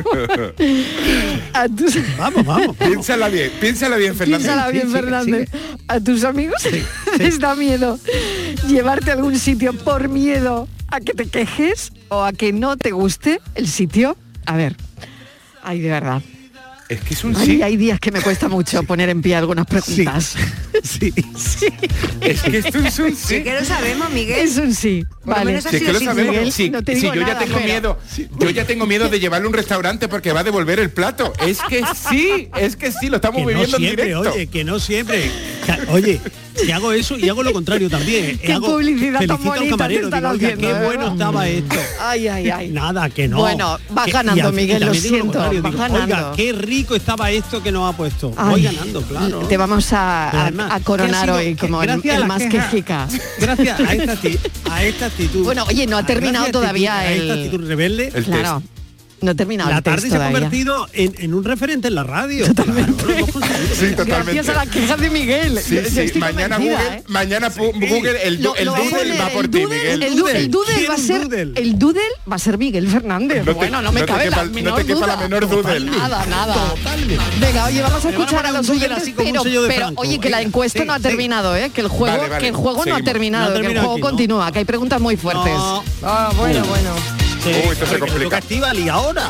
Vamos. Piénsala bien, Fernández. Piénsala bien, Fernández. ¿A tus amigos les da miedo llevarte a algún sitio por miedo a que te quejes o a que no te guste el sitio? A ver, ay, de verdad. Es que es un sí. Hay días que me cuesta mucho poner en pie algunas preguntas. Sí. Es que esto es un sí. Sí que lo sabemos, Miguel. Es un sí. Vale. Sí, que lo sabemos. Miguel, Sí, no te digo yo nada, ya tengo pero... miedo. Yo ya tengo miedo de llevarle a un restaurante porque va a devolver el plato. Es que sí, lo estamos Que viviendo no siempre, en directo. oye, que no siempre. Oye, que hago eso y hago lo contrario también. Qué publicidad tan felicito al bonita camarero, te están digo, haciendo, qué ¿verdad? bueno estaba esto. Ay. Nada, que no. Bueno, vas Que- ganando, y al fin, Miguel, lo también digo siento, contrario, vas digo, ganando. Oiga, qué rico estaba esto que nos ha puesto. Ay, Voy ganando, claro. Te vamos a Además, coronar que ha sido- hoy como gracias a el la más queja. quejica. Gracias a esta actitud. Bueno, oye, no ha terminado Gracias a todavía esta actitud rebelde. Claro. No he terminado La el test tarde se ha todavía. convertido en un referente en la radio. Totalmente. Sí, totalmente. Gracias a las quejas de Miguel. Sí, Yo estoy mañana convencida, Google, ¿eh? mañana Google, el doodle va por ti, Miguel. El doodle va a ser el doodle va a ser Miguel Fernández. Bueno, no me cabe la menor duda. duda. Nada. Venga, oye, vamos a escuchar a los oyentes, pero oye, que la encuesta no ha terminado, ¿eh? Que el juego, Vale, que el juego no ha seguimos. terminado, No ha que el terminado juego aquí, ¿no? continúa, que hay preguntas muy fuertes. Bueno. Esto se complica. Y ahora.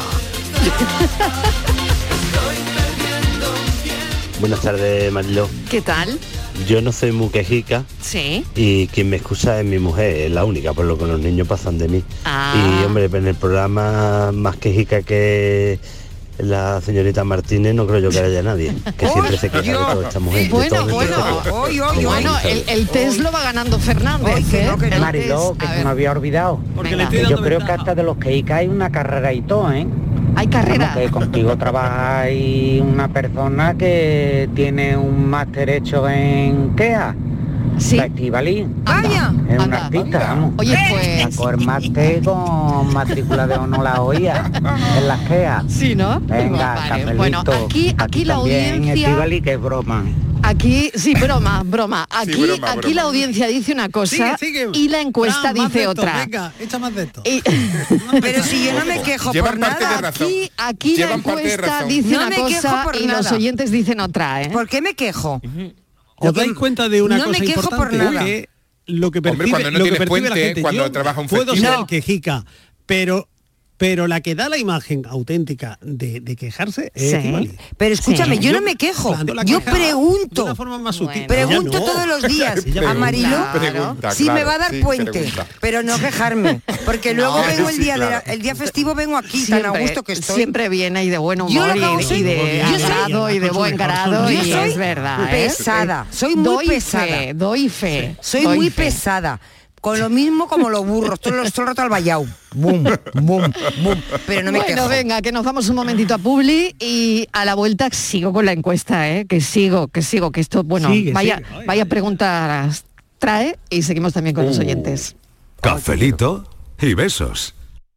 Buenas tardes, Mariló. ¿Qué tal? Yo no soy muy quejica Sí. y quien me excusa es mi mujer, es la única, por lo que los niños pasan de mí. Y hombre, en el programa más quejica que la señorita Martínez no creo yo que haya nadie, que siempre se queja de toda esta mujer. de todo el mundo se queja. Bueno, el test lo va ganando Fernández. ¿eh? El Mariló, test, que a se ver. me había olvidado. Venga. Que yo creo que hasta de los que hay una carrera y todo, ¿eh? Hay carrera. Que contigo trabaja ahí una persona que tiene un máster hecho en KEA. Sí. La Estivali. Vaya. Es un artista, vamos. Oye, pues... Sacó el máster con matrícula de honor la OIA en las KEA. Sí, ¿no? Venga, Vale. Cafelito. Bueno, aquí la también audiencia... Estivali, que es broma. Aquí, sí, broma. Aquí, Sí, broma, aquí broma. la audiencia dice una cosa Sigue. y la encuesta Fran, más de dice esto, otra. Venga, echa más de esto. Pero si yo no me quejo Llevan por parte de nada. razón. Aquí la Llevan parte de encuesta razón. dice No una me quejo cosa por y los nada. oyentes dicen otra, ¿eh? ¿Por qué me quejo? ¿Os dais cuenta de una No me cosa quejo por importante? nada. Que lo que percibe, Hombre, cuando no lo que tienes percibe la puente, gente, cuando yo trabaja un puedo festivo. ser el quejica, pero la que da la imagen auténtica de quejarse es Sí. Estíbaliz. Pero escúchame, yo no me quejo. planteo la Yo queja pregunto. de una forma más sutil. Pregunto Ella no. todos los días. Ella A Mariló Pregunta, sí claro, me va a dar sí, puente, pregunta. pero no quejarme. Porque luego No, vengo el sí, día claro. el día festivo vengo aquí tan a gusto que estoy. Siempre viene y de buen Yo humor lo que hago y soy- de yo soy- agrado y de buen grado Yo y soy es verdad. pesada, soy muy doy pesada. Fe, doy fe. Soy doy muy fe. pesada. Con lo mismo como los burros, todo el rato al vallao. Bum, bum, bum. Pero no me Bueno, quejo. venga, que nos vamos un momentito a Publi y a la vuelta sigo con la encuesta, que sigo, que esto, bueno, Sigue, vaya sigue. preguntas trae y seguimos también con los oyentes. Cafelito y besos.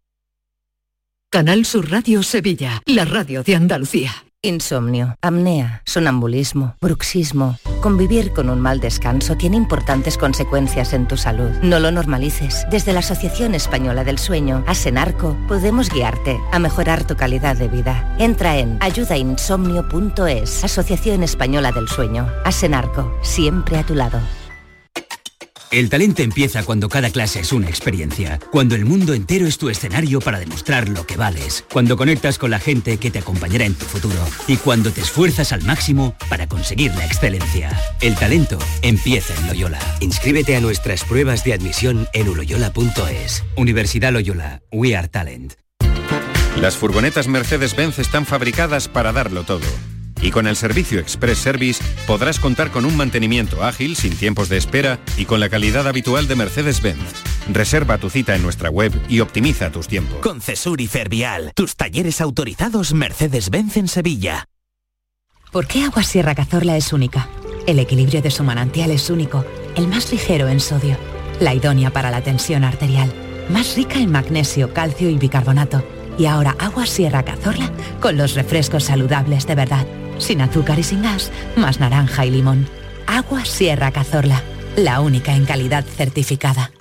Canal Sur Radio Sevilla, la radio de Andalucía. Insomnio, apnea, sonambulismo, bruxismo. Convivir con un mal descanso tiene importantes consecuencias en tu salud. No lo normalices. Desde la Asociación Española del Sueño, Asenarco, podemos guiarte a mejorar tu calidad de vida. Entra en ayudainsomnio.es. Asociación Española del Sueño. Asenarco, siempre a tu lado. El talento empieza cuando cada clase es una experiencia, cuando el mundo entero es tu escenario para demostrar lo que vales, cuando conectas con la gente que te acompañará en tu futuro y cuando te esfuerzas al máximo para conseguir la excelencia. El talento empieza en Loyola. Inscríbete a nuestras pruebas de admisión en uloyola.es. Universidad Loyola. We are talent. Las furgonetas Mercedes-Benz están fabricadas para darlo todo. Y con el servicio Express Service podrás contar con un mantenimiento ágil, sin tiempos de espera y con la calidad habitual de Mercedes-Benz. Reserva tu cita en nuestra web y optimiza tus tiempos. Con Cesur y Fervial, tus talleres autorizados Mercedes-Benz en Sevilla. ¿Por qué Agua Sierra Cazorla es única? El equilibrio de su manantial es único, el más ligero en sodio, la idónea para la tensión arterial, más rica en magnesio, calcio y bicarbonato. Y ahora Agua Sierra Cazorla con los refrescos saludables de verdad, sin azúcar y sin gas, más naranja y limón. Agua Sierra Cazorla, la única en calidad certificada.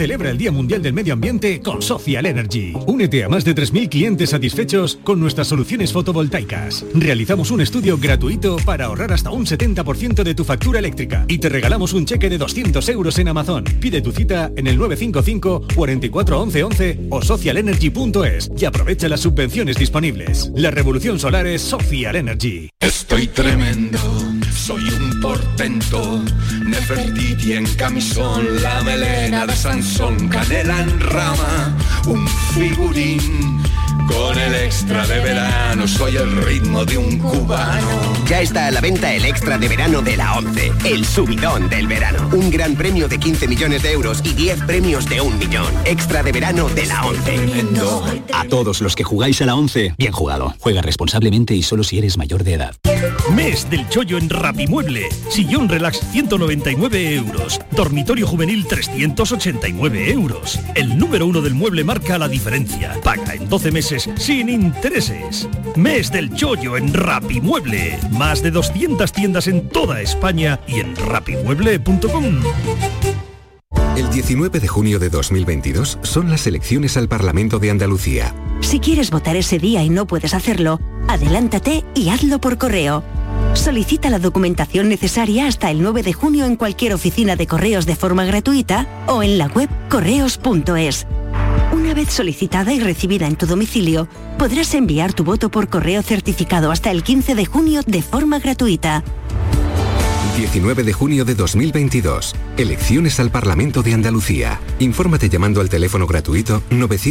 celebra el Día Mundial del Medio Ambiente con Social Energy. Únete a más de 3.000 clientes satisfechos con nuestras soluciones fotovoltaicas. Realizamos un estudio gratuito para ahorrar hasta un 70% de tu factura eléctrica y te regalamos un cheque de 200 euros en Amazon. Pide tu cita en el 955 44 11 11 o socialenergy.es y aprovecha las subvenciones disponibles. La revolución solar es Social Energy. Estoy tremendo, soy un portento, Nefertiti en camisón, la melena de Sansón, canela en rama, un figurín, con el extra de verano, soy el ritmo de un cubano. Ya está a la venta el extra de verano de la 11, el subidón del verano. Un gran premio de 15 millones de euros y 10 premios de 1 millón. Extra de verano de la 11. A todos los que jugáis a la 11, bien jugado. Juega responsablemente y solo si eres mayor de edad. Mes del chollo en Rapimueble. Sillón relax 199 euros. Dormitorio juvenil 389 euros. El número 1 del mueble marca la diferencia. Paga en 12 meses sin intereses. Mes del chollo en Rapimueble. Más de 200 tiendas en toda España y en rapimueble.com. El 19 de junio de 2022 son las elecciones al Parlamento de Andalucía. Si quieres votar ese día y no puedes hacerlo, adelántate y hazlo por correo. Solicita la documentación necesaria hasta el 9 de junio en cualquier oficina de correos de forma gratuita o en la web correos.es. Una vez solicitada y recibida en tu domicilio, podrás enviar tu voto por correo certificado hasta el 15 de junio de forma gratuita. 19 de junio de 2022. Elecciones al Parlamento de Andalucía. Infórmate llamando al teléfono gratuito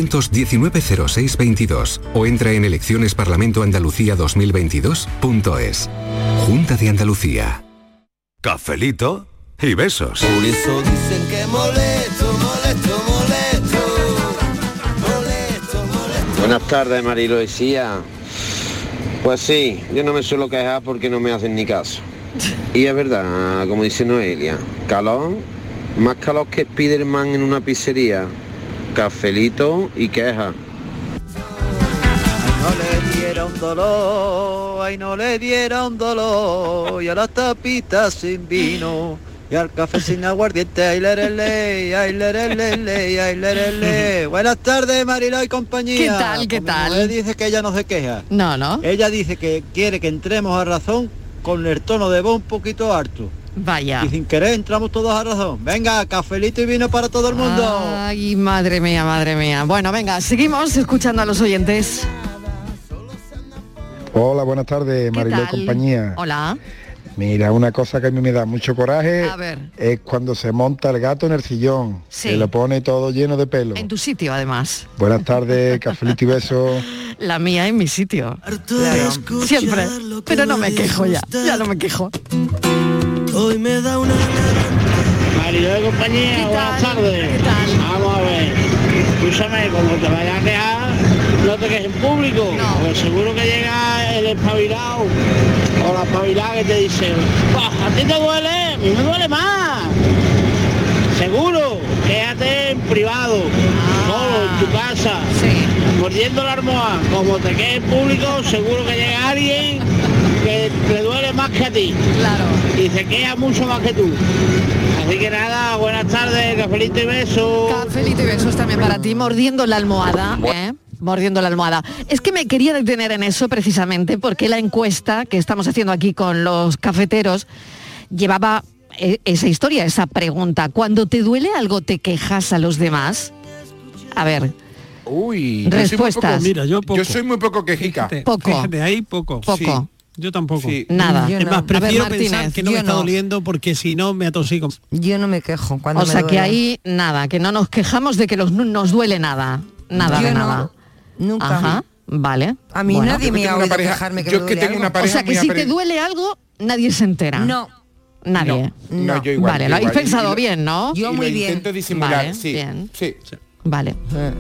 919-0622 o entra en eleccionesparlamentoandalucía2022.es. Junta de Andalucía. Cafelito y besos. Por eso dicen que molesto. Buenas tardes, Marilo Decía. Pues sí, yo no me suelo quejar porque no me hacen ni caso. Y es verdad, como dice Noelia, calor, más calor que Spiderman en una pizzería, cafelito y queja. No le dieron dolor, ay no le dieron dolor, y a las tapitas sin vino, y al café sin aguardiente, ay lerele, ay lerele, ay lerele. Buenas tardes, Mariló y compañía. ¿Qué tal? Ella dice que ella no se queja. No. Ella dice que quiere que entremos a razón con el tono de voz un poquito alto. Vaya. Y sin querer entramos todos a razón. Venga, cafelito y vino para todo el mundo. Ay, madre mía. Bueno, venga, seguimos escuchando a los oyentes. Hola, buenas tardes, Mariló y compañía. Hola. Mira, una cosa que a mí me da mucho coraje es cuando se monta el gato en el sillón, que lo pone todo lleno de pelo. En tu sitio, además. Buenas tardes, cafelito y besos. La mía en mi sitio. Claro. Siempre. Pero no me quejo ya no me quejo. Hoy me da una... Mariló de compañía, buenas tardes. ¿Qué tal? Vamos a ver. Escúchame, como te vayas a quejar, no te quejes en público. Porque seguro que llega el espabilado o la espabilada que te dice, ¿a ti te duele? A mí me duele más. Seguro, quédate en privado, solo en tu casa, mordiendo la almohada. Como te quedes en público, seguro que llega alguien que le duele más que a ti. Claro. Y se queda mucho más que tú. Así que nada, buenas tardes, cafelito y besos. Cafelito y besos también para ti, mordiendo la almohada, mordiendo la almohada. Es que me quería detener en eso precisamente porque la encuesta que estamos haciendo aquí con los cafeteros llevaba esa historia, esa pregunta. Cuando te duele algo, ¿te quejas a los demás? A ver. Uy, respuestas. Yo soy muy poco quejica. Poco. De ahí poco. Poco. Yo tampoco. Sí. Nada. Es más, prefiero pensar que no me está no. doliendo porque si no me atosigo. Yo no me quejo cuando O me sea duele. que ahí nada, que no nos quejamos de que nos duele nada. Nada Yo de no, nada. nunca. Ajá, vale. A mí Bueno. nadie me ha oído quejarme que me duele algo. O sea que si te duele algo, nadie se entera. No. Nadie. No, yo igual. Vale, yo lo habéis igual. pensado bien, ¿no? Yo Y muy lo bien. intento disimular, Vale, sí. bien. Sí. Vale.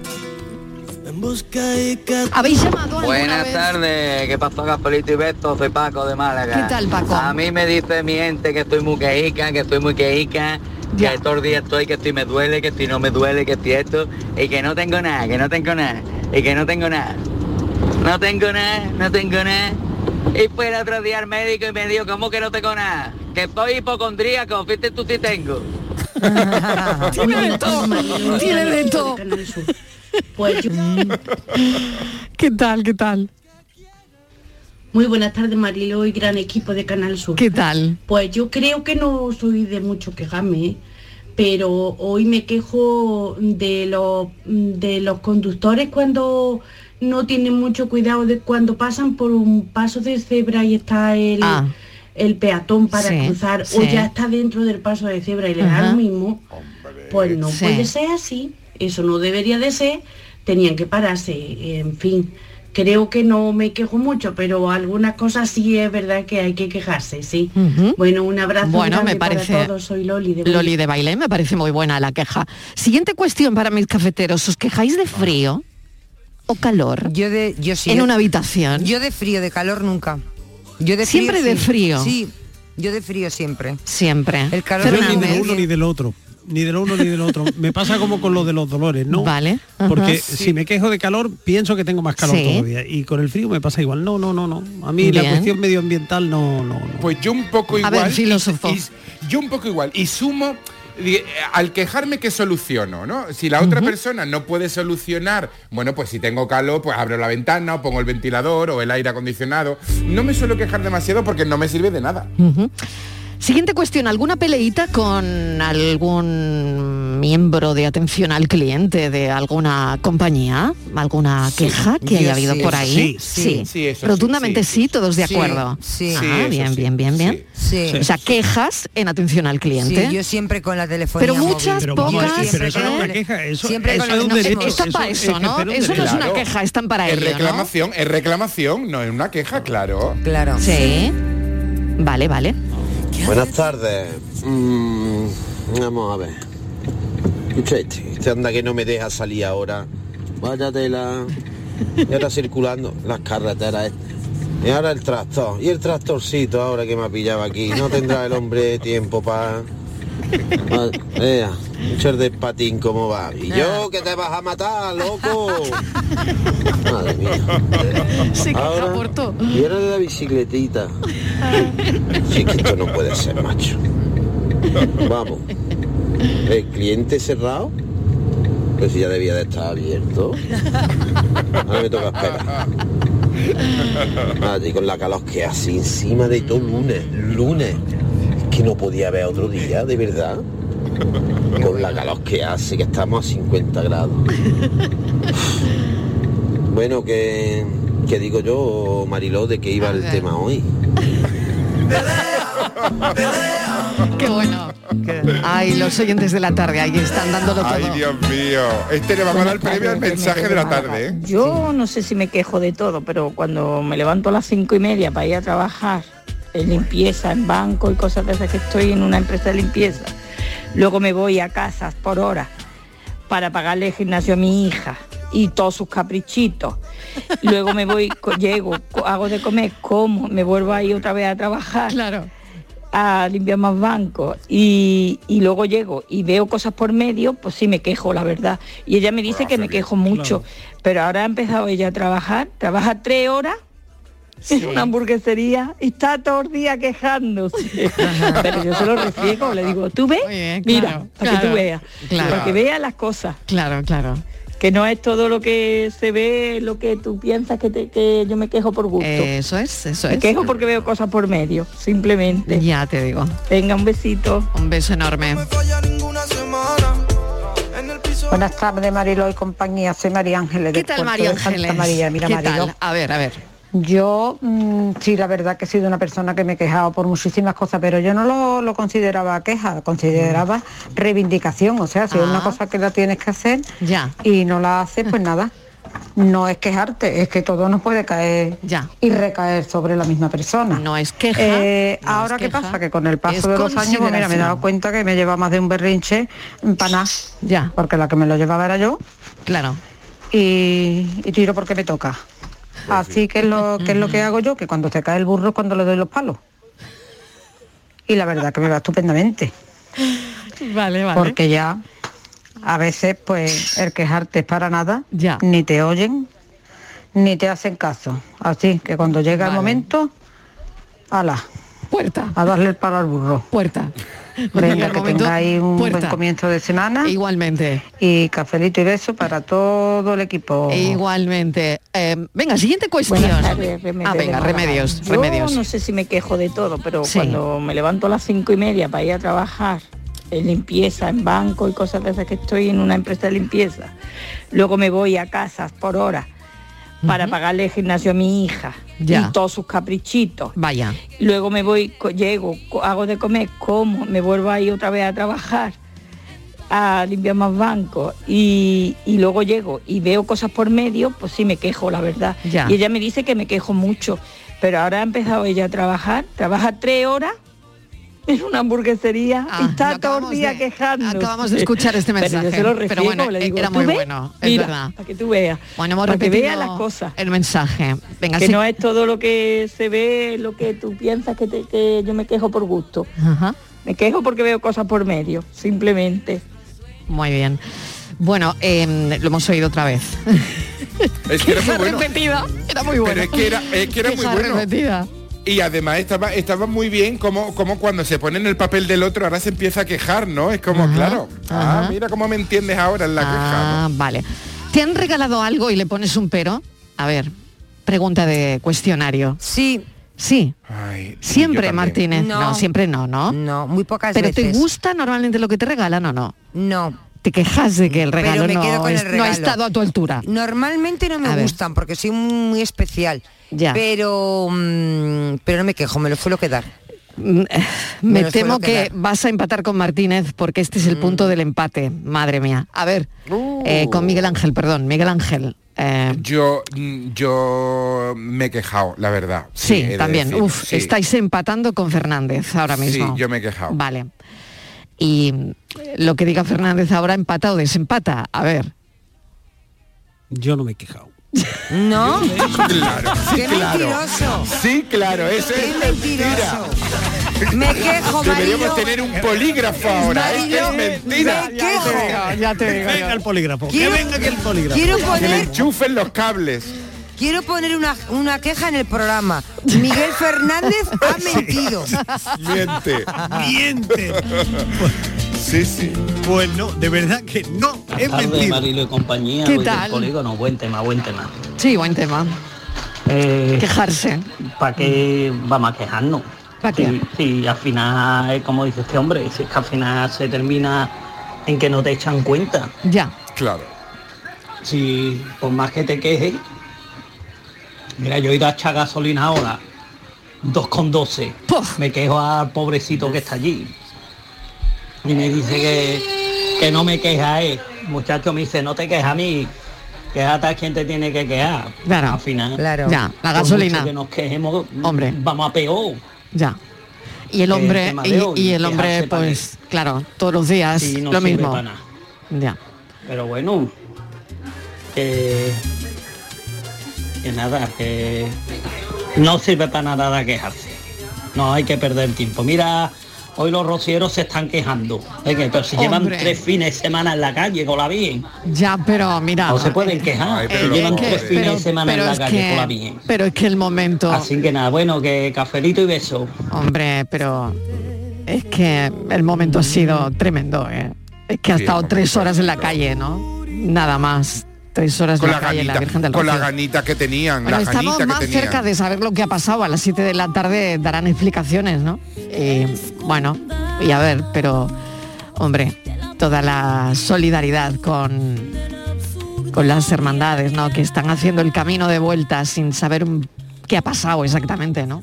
¿Habéis llamado alguna Buenas vez? tardes, ¿qué pasó, Cafelito y Beto? Soy Paco de Málaga. ¿Qué tal, Paco? A mí me dice mi gente que estoy muy quejica, que todo el día estoy, que estoy me duele, que si no me duele, que estoy esto, y que no tengo nada, y que no tengo nada. No tengo nada. Y fue el otro día al médico y me dijo, ¿cómo que no tengo nada? Que soy hipocondríaco, fíjate tú si tengo. Tiene de todo. Tiene de todo. Pues yo... ¿Qué tal? Muy buenas tardes, Mariló y gran equipo de Canal Sur. ¿Qué tal? Pues yo creo que no soy de mucho quejarme, ¿eh? Pero hoy me quejo de los conductores cuando no tienen mucho cuidado de cuando pasan por un paso de cebra y está el peatón para cruzar, o ya está dentro del paso de cebra y le da lo mismo. Pues no puede ser así, eso no debería de ser, tenían que pararse, en fin. Creo que no me quejo mucho, pero algunas cosas sí es verdad que hay que quejarse, sí. Bueno, un abrazo me parece, para todos. Soy Loli de Bailén, me parece muy buena la queja. Siguiente cuestión para mis cafeteros. ¿Os quejáis de frío o calor? Yo sí. En una habitación. Yo de frío, de calor nunca. Yo de siempre frío, de frío. Sí, yo de frío siempre. Siempre. El calor ni de uno ni del otro. Ni del uno ni del otro. Me pasa como con lo de los dolores, ¿no? Vale. Porque si me quejo de calor, pienso que tengo más calor todavía. Y con el frío me pasa igual. No. A mí la cuestión medioambiental no. Pues yo un poco igual. A ver, filósofo. Yo un poco igual. Y sumo, al quejarme que soluciono, ¿no? Si la otra persona no puede solucionar, bueno, pues si tengo calor, pues abro la ventana o pongo el ventilador o el aire acondicionado. No me suelo quejar demasiado porque no me sirve de nada. Siguiente cuestión, ¿alguna peleita con algún miembro de atención al cliente de alguna compañía? ¿Alguna queja que haya habido por ahí? Sí, eso rotundamente sí, todos de acuerdo. Sí. Bien. Sí. O sea, quejas en atención al cliente. Sí, yo siempre con la telefonía pero muchas, móvil. pocas. Pero eso no es una queja, eso siempre es un derecho. Están para eso, ¿no? Eso no es una queja, están para ello, reclamación, es reclamación, no es una queja, claro. Claro. Sí. Vale. Buenas tardes. Vamos a ver. Este anda que no me deja salir ahora. Vaya tela. Y ahora circulando las carreteras. Y ahora el tractor. Y el tractorcito ahora que me ha pillado aquí. No tendrá el hombre tiempo para... Vea, echar de patín como va. Y yo que te vas a matar, loco. Madre mía. Se queja por todo. Y ahora de la bicicletita. Sí, que esto no puede ser, macho. Vamos. El cliente cerrado. Pues ya debía de estar abierto. Ahora me toca esperar. Y con la calor que hace encima de todo lunes. Que no podía haber otro día, de verdad. Con la calor que hace, que estamos a 50 grados. Bueno, que digo yo, Mariló, de qué iba el tema hoy. Qué bueno. Ay, los oyentes de la tarde, ahí están dándolo todo. Ay, Dios mío. Le vamos a dar el premio al mensaje de la tarde, ¿eh? Yo no sé si me quejo de todo, pero cuando me levanto a las 5:30 para ir a trabajar, en limpieza, en banco y cosas de esas, que estoy en una empresa de limpieza. Luego me voy a casas por hora para pagarle el gimnasio a mi hija y todos sus caprichitos. Luego me voy, llego, hago de comer, como, me vuelvo a ir otra vez a trabajar. Claro. A limpiar más bancos y luego llego y veo cosas por medio, pues sí me quejo, la verdad. Y ella me dice que me quejo mucho, pero ahora ha empezado ella a trabajar, trabaja 3 horas en una hamburguesería y está todo el día quejándose. Pero yo se lo refriego, le digo, ¿tú ves? Bien, mira, para que tú veas, para que veas las cosas. Claro. Que no es todo lo que se ve, lo que tú piensas que yo me quejo por gusto. Eso es. Me quejo porque veo cosas por medio, simplemente. Ya te digo. Venga, un besito. Un beso enorme. Buenas tardes, Mariló y compañía. Soy María Ángeles. ¿Qué tal, María Ángeles? Mira, ¿Qué Mariló. tal? A ver. Yo, sí, la verdad que he sido una persona que me he quejado por muchísimas cosas, pero yo no lo consideraba queja, consideraba reivindicación. O sea, si es una cosa que la tienes que hacer y no la haces, pues nada. No es quejarte, es que todo nos puede caer y recaer sobre la misma persona. No es queja. Ahora, ¿qué pasa? Que con el paso de los años, pues mira, me he dado cuenta que me lleva más de un berrinche para nada. Ya. Porque la que me lo llevaba era yo. Claro. Y tiro porque me toca. Así que es lo que hago yo, que cuando se cae el burro es cuando le doy los palos. Y la verdad que me va estupendamente. Vale. Porque ya a veces pues el quejarte es para nada, ni te oyen, ni te hacen caso. Así que cuando llega el momento, ¡hala! Puerta. A darle el palo al burro. Puerta. Venga, que tengáis un buen comienzo de semana. Igualmente. Y cafelito y beso para todo el equipo. Igualmente. Venga, siguiente cuestión. Buenas tardes, Remedios. Venga, Remedios. Yo no sé si me quejo de todo, pero cuando me levanto a las 5:30 para ir a trabajar en limpieza, en banco y cosas de esas, que estoy en una empresa de limpieza, luego me voy a casas por hora para pagarle el gimnasio a mi hija y todos sus caprichitos. Vaya. Luego me voy, llego, hago de comer, como, me vuelvo a ir otra vez a trabajar, a limpiar más bancos y luego llego y veo cosas por medio, pues sí me quejo, la verdad. Y ella me dice que me quejo mucho, pero ahora ha empezado ella a trabajar, trabaja 3 horas en una hamburguesería y está todo el día quejándose. Acabamos de escuchar este mensaje. Pero yo se lo refiero, bueno, le digo, era muy bueno, es verdad. Para que tú veas. Bueno, hemos para que repetido veas las cosas. El mensaje. Venga, que no es todo lo que se ve, lo que tú piensas que yo me quejo por gusto. Ajá. Me quejo porque veo cosas por medio, simplemente. Muy bien. Bueno, lo hemos oído otra vez. Es que era muy bueno. Repetida. Era muy bueno. Pero es que era muy bueno. Repetida. Y además estaba muy bien como cuando se pone en el papel del otro ahora se empieza a quejar, ¿no? Es como, claro, mira cómo me entiendes ahora en la queja, ¿no? Vale. ¿Te han regalado algo y le pones un pero? A ver, pregunta de cuestionario. Sí. Sí. Ay, siempre, Martínez. No, siempre no, ¿no? No, muy pocas veces. ¿Pero te gusta normalmente lo que te regalan o no? No. Te quejas de que el regalo, no ha estado a tu altura. Normalmente no me gustan porque soy muy especial. Ya. Pero no me quejo, me lo suelo quedar. Me temo que vas a empatar con Martínez porque este es el punto del empate. Madre mía. A ver, con Miguel Ángel, perdón. Miguel Ángel. Yo me he quejado, la verdad. Sí, también. Estáis empatando con Fernández ahora mismo. Sí, yo me he quejado. Vale. Y lo que diga Fernández ahora, empata o desempata. A ver. Yo no me he quejado. ¿No? Claro, sí, ¡Qué mentiroso! Sí, claro, eso es mentira. Me quejo, Marilo. Deberíamos tener un polígrafo ahora. Marilo, es mentira. Me quejo. Ya te digo. Venga el polígrafo. Que venga aquí el polígrafo. Quiero Que le poner... enchufen los cables. Quiero poner una queja en el programa. Miguel Fernández ha mentido. Miente. Sí. Pues no, de verdad que no, es mentira. Marilo y compañía. ¿Qué tal? Polígono, buen tema. Sí, buen tema. Quejarse. ¿Para qué vamos a quejarnos? ¿Para qué? Sí, al final, como dice este hombre, si es que al final se termina en que no te echan cuenta. Ya. Claro. Si por más que te quejes, mira, yo he ido a echar gasolina ahora, 2,12. Me quejo al pobrecito que está allí. Y me dice que no me queja él. Muchacho me dice, no te quejas a mí, quéjate a quien te tiene que quejar. Claro. Al final. Claro. Ya, la gasolina. Que nos quejemos, hombre, vamos a peor. Ya. Y el hombre, y el hombre, pues, claro, todos los días sí, no lo mismo. Para nada. Ya. Pero bueno, que nada, que no sirve para nada quejarse. No hay que perder tiempo. Mira, hoy los rocieros se están quejando. Pero si llevan 3 fines de semana en la calle con la bien. Ya, pero mira. No se pueden quejar. Llevan 3 fines de semana en la calle con la bien. Pero es que el momento. Así que nada, bueno, que cafelito y beso. Hombre, pero es que el momento ha sido tremendo, ¿eh? Es que ha estado 3 horas en la calle, ¿no? Nada más. 3 horas en la calle, la Virgen del Rocío. Con la ganita que tenían, bueno, estamos más cerca de saber lo que ha pasado. A las 7 de la tarde darán explicaciones, ¿no? Bueno, y a ver, pero, hombre, toda la solidaridad con las hermandades, ¿no? Que están haciendo el camino de vuelta sin saber qué ha pasado exactamente, ¿no?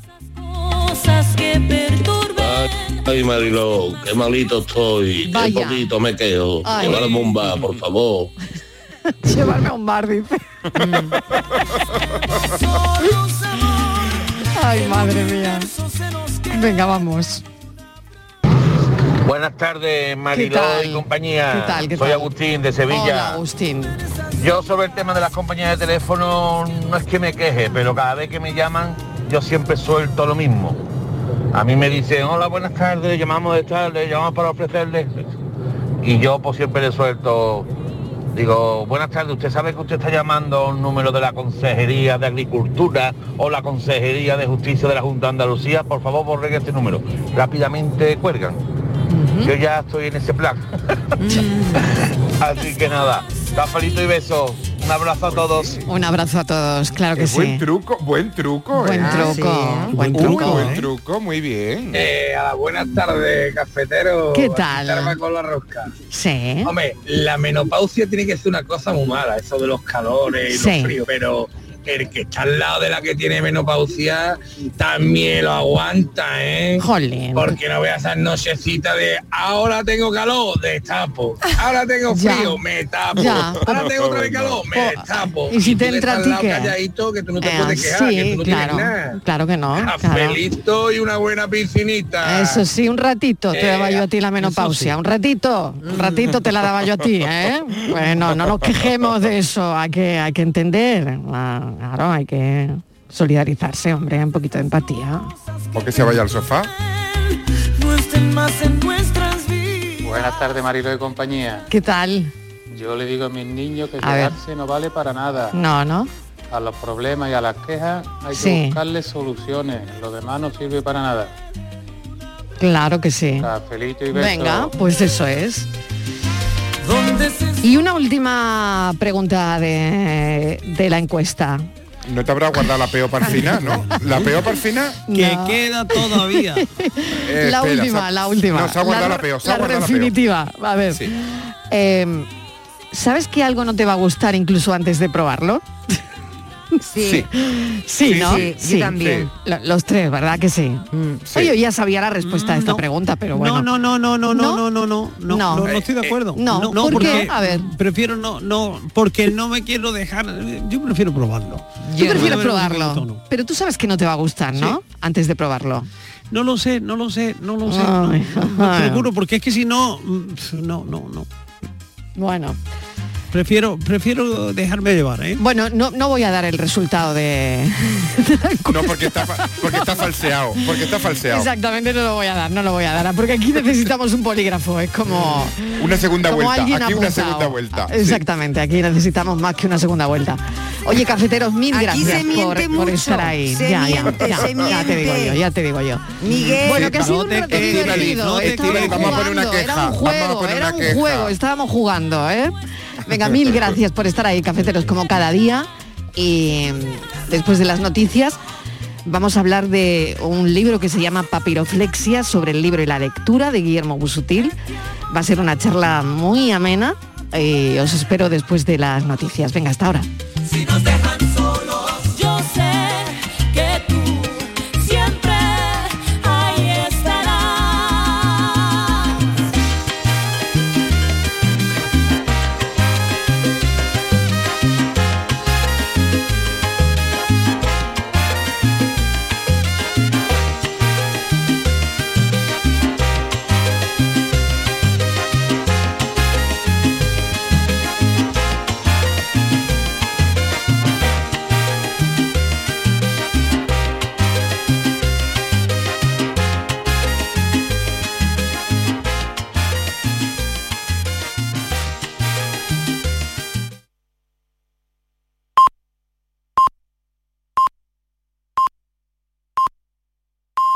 Ay, Mariló, qué malito estoy. Vaya. Qué poquito me quejo. Llévame un bar, por favor. Llevarme a un bar, dice. Ay, madre mía. Venga, vamos. Buenas tardes, Mariló y compañía. ¿Qué tal? Soy Agustín de Sevilla. Hola, Agustín. Yo sobre el tema de las compañías de teléfono no es que me queje, pero cada vez que me llaman yo siempre suelto lo mismo. A mí me dicen, hola, buenas tardes, llamamos de tarde, llamamos para ofrecerle. Y yo pues siempre le suelto, digo, buenas tardes, ¿usted sabe que usted está llamando a un número de la Consejería de Agricultura o la Consejería de Justicia de la Junta de Andalucía? Por favor, borre este número. Rápidamente cuelgan. Yo ya estoy en ese plan. Así que nada, cafelito y beso. Un abrazo a todos. Un abrazo a todos, claro que sí. Buen truco, buen truco. Buen truco, muy bien. A las buenas tardes, cafetero. ¿Qué tal? Con la rosca. Sí. Hombre, la menopausia tiene que ser una cosa muy mala, eso de los calores y los fríos, pero el que está al lado de la que tiene menopausia también lo aguanta, ¿eh? Jolín. Porque no veas esas nochecitas de ahora tengo calor, destapo. Ahora tengo frío, me tapo. Ahora tengo otra vez calor, me tapo. Y si te entra a ti, ¿qué? Calladito, que tú no te puedes quejar, que tú no tienes nada. Claro que no. Cafelito y una buena piscinita. Eso sí, un ratito te daba yo a ti la menopausia. Sí. Un ratito te la daba yo a ti, ¿eh? Bueno, no nos quejemos de eso, hay que entender. Claro, hay que solidarizarse, hombre, un poquito de empatía. ¿O que se vaya al sofá? Buenas tardes, Marilo de compañía. ¿Qué tal? Yo le digo a mis niños que quedarse no vale para nada. No. A los problemas y a las quejas hay que buscarles soluciones. Lo demás no sirve para nada. Claro que sí. Cafelito y beso. Venga, pues eso es. Y una última pregunta de la encuesta. ¿No te habrá guardado la peor para el final, no? ¿La peor para el final? Que queda todavía. La última. No, se ha guardado la peor. La definitiva. A ver. Sí. ¿Sabes que algo no te va a gustar incluso antes de probarlo? Sí, ¿no? Sí, yo también. Sí. Los tres, ¿verdad que sí? Sí. Oye, yo ya sabía la respuesta a esta pregunta, pero bueno. No estoy de acuerdo. No, ¿por qué? A ver. Prefiero porque no me quiero dejar, yo prefiero probarlo. Tú prefieres probarlo, pero tú sabes que no te va a gustar, ¿no? Sí. Antes de probarlo. No lo sé. Seguro, porque es que si no. Bueno. Prefiero dejarme llevar, ¿eh? Bueno, no voy a dar el resultado de no, porque está falseado. Exactamente, no lo voy a dar, porque aquí necesitamos un polígrafo, es como una segunda vuelta. Aquí una segunda vuelta. Exactamente, aquí necesitamos más que una segunda vuelta. Oye, cafeteros, mil gracias por estar ahí. Ya te digo yo. Miguel, bueno, que ha sido un rato divertido. Vamos a poner una queja. Era un juego, estábamos jugando, ¿eh? Venga, mil gracias por estar ahí, cafeteros, como cada día. Y después de las noticias vamos a hablar de un libro que se llama Papiroflexia, sobre el libro y la lectura, de Guillermo Busutil. Va a ser una charla muy amena y os espero después de las noticias. Venga, hasta ahora.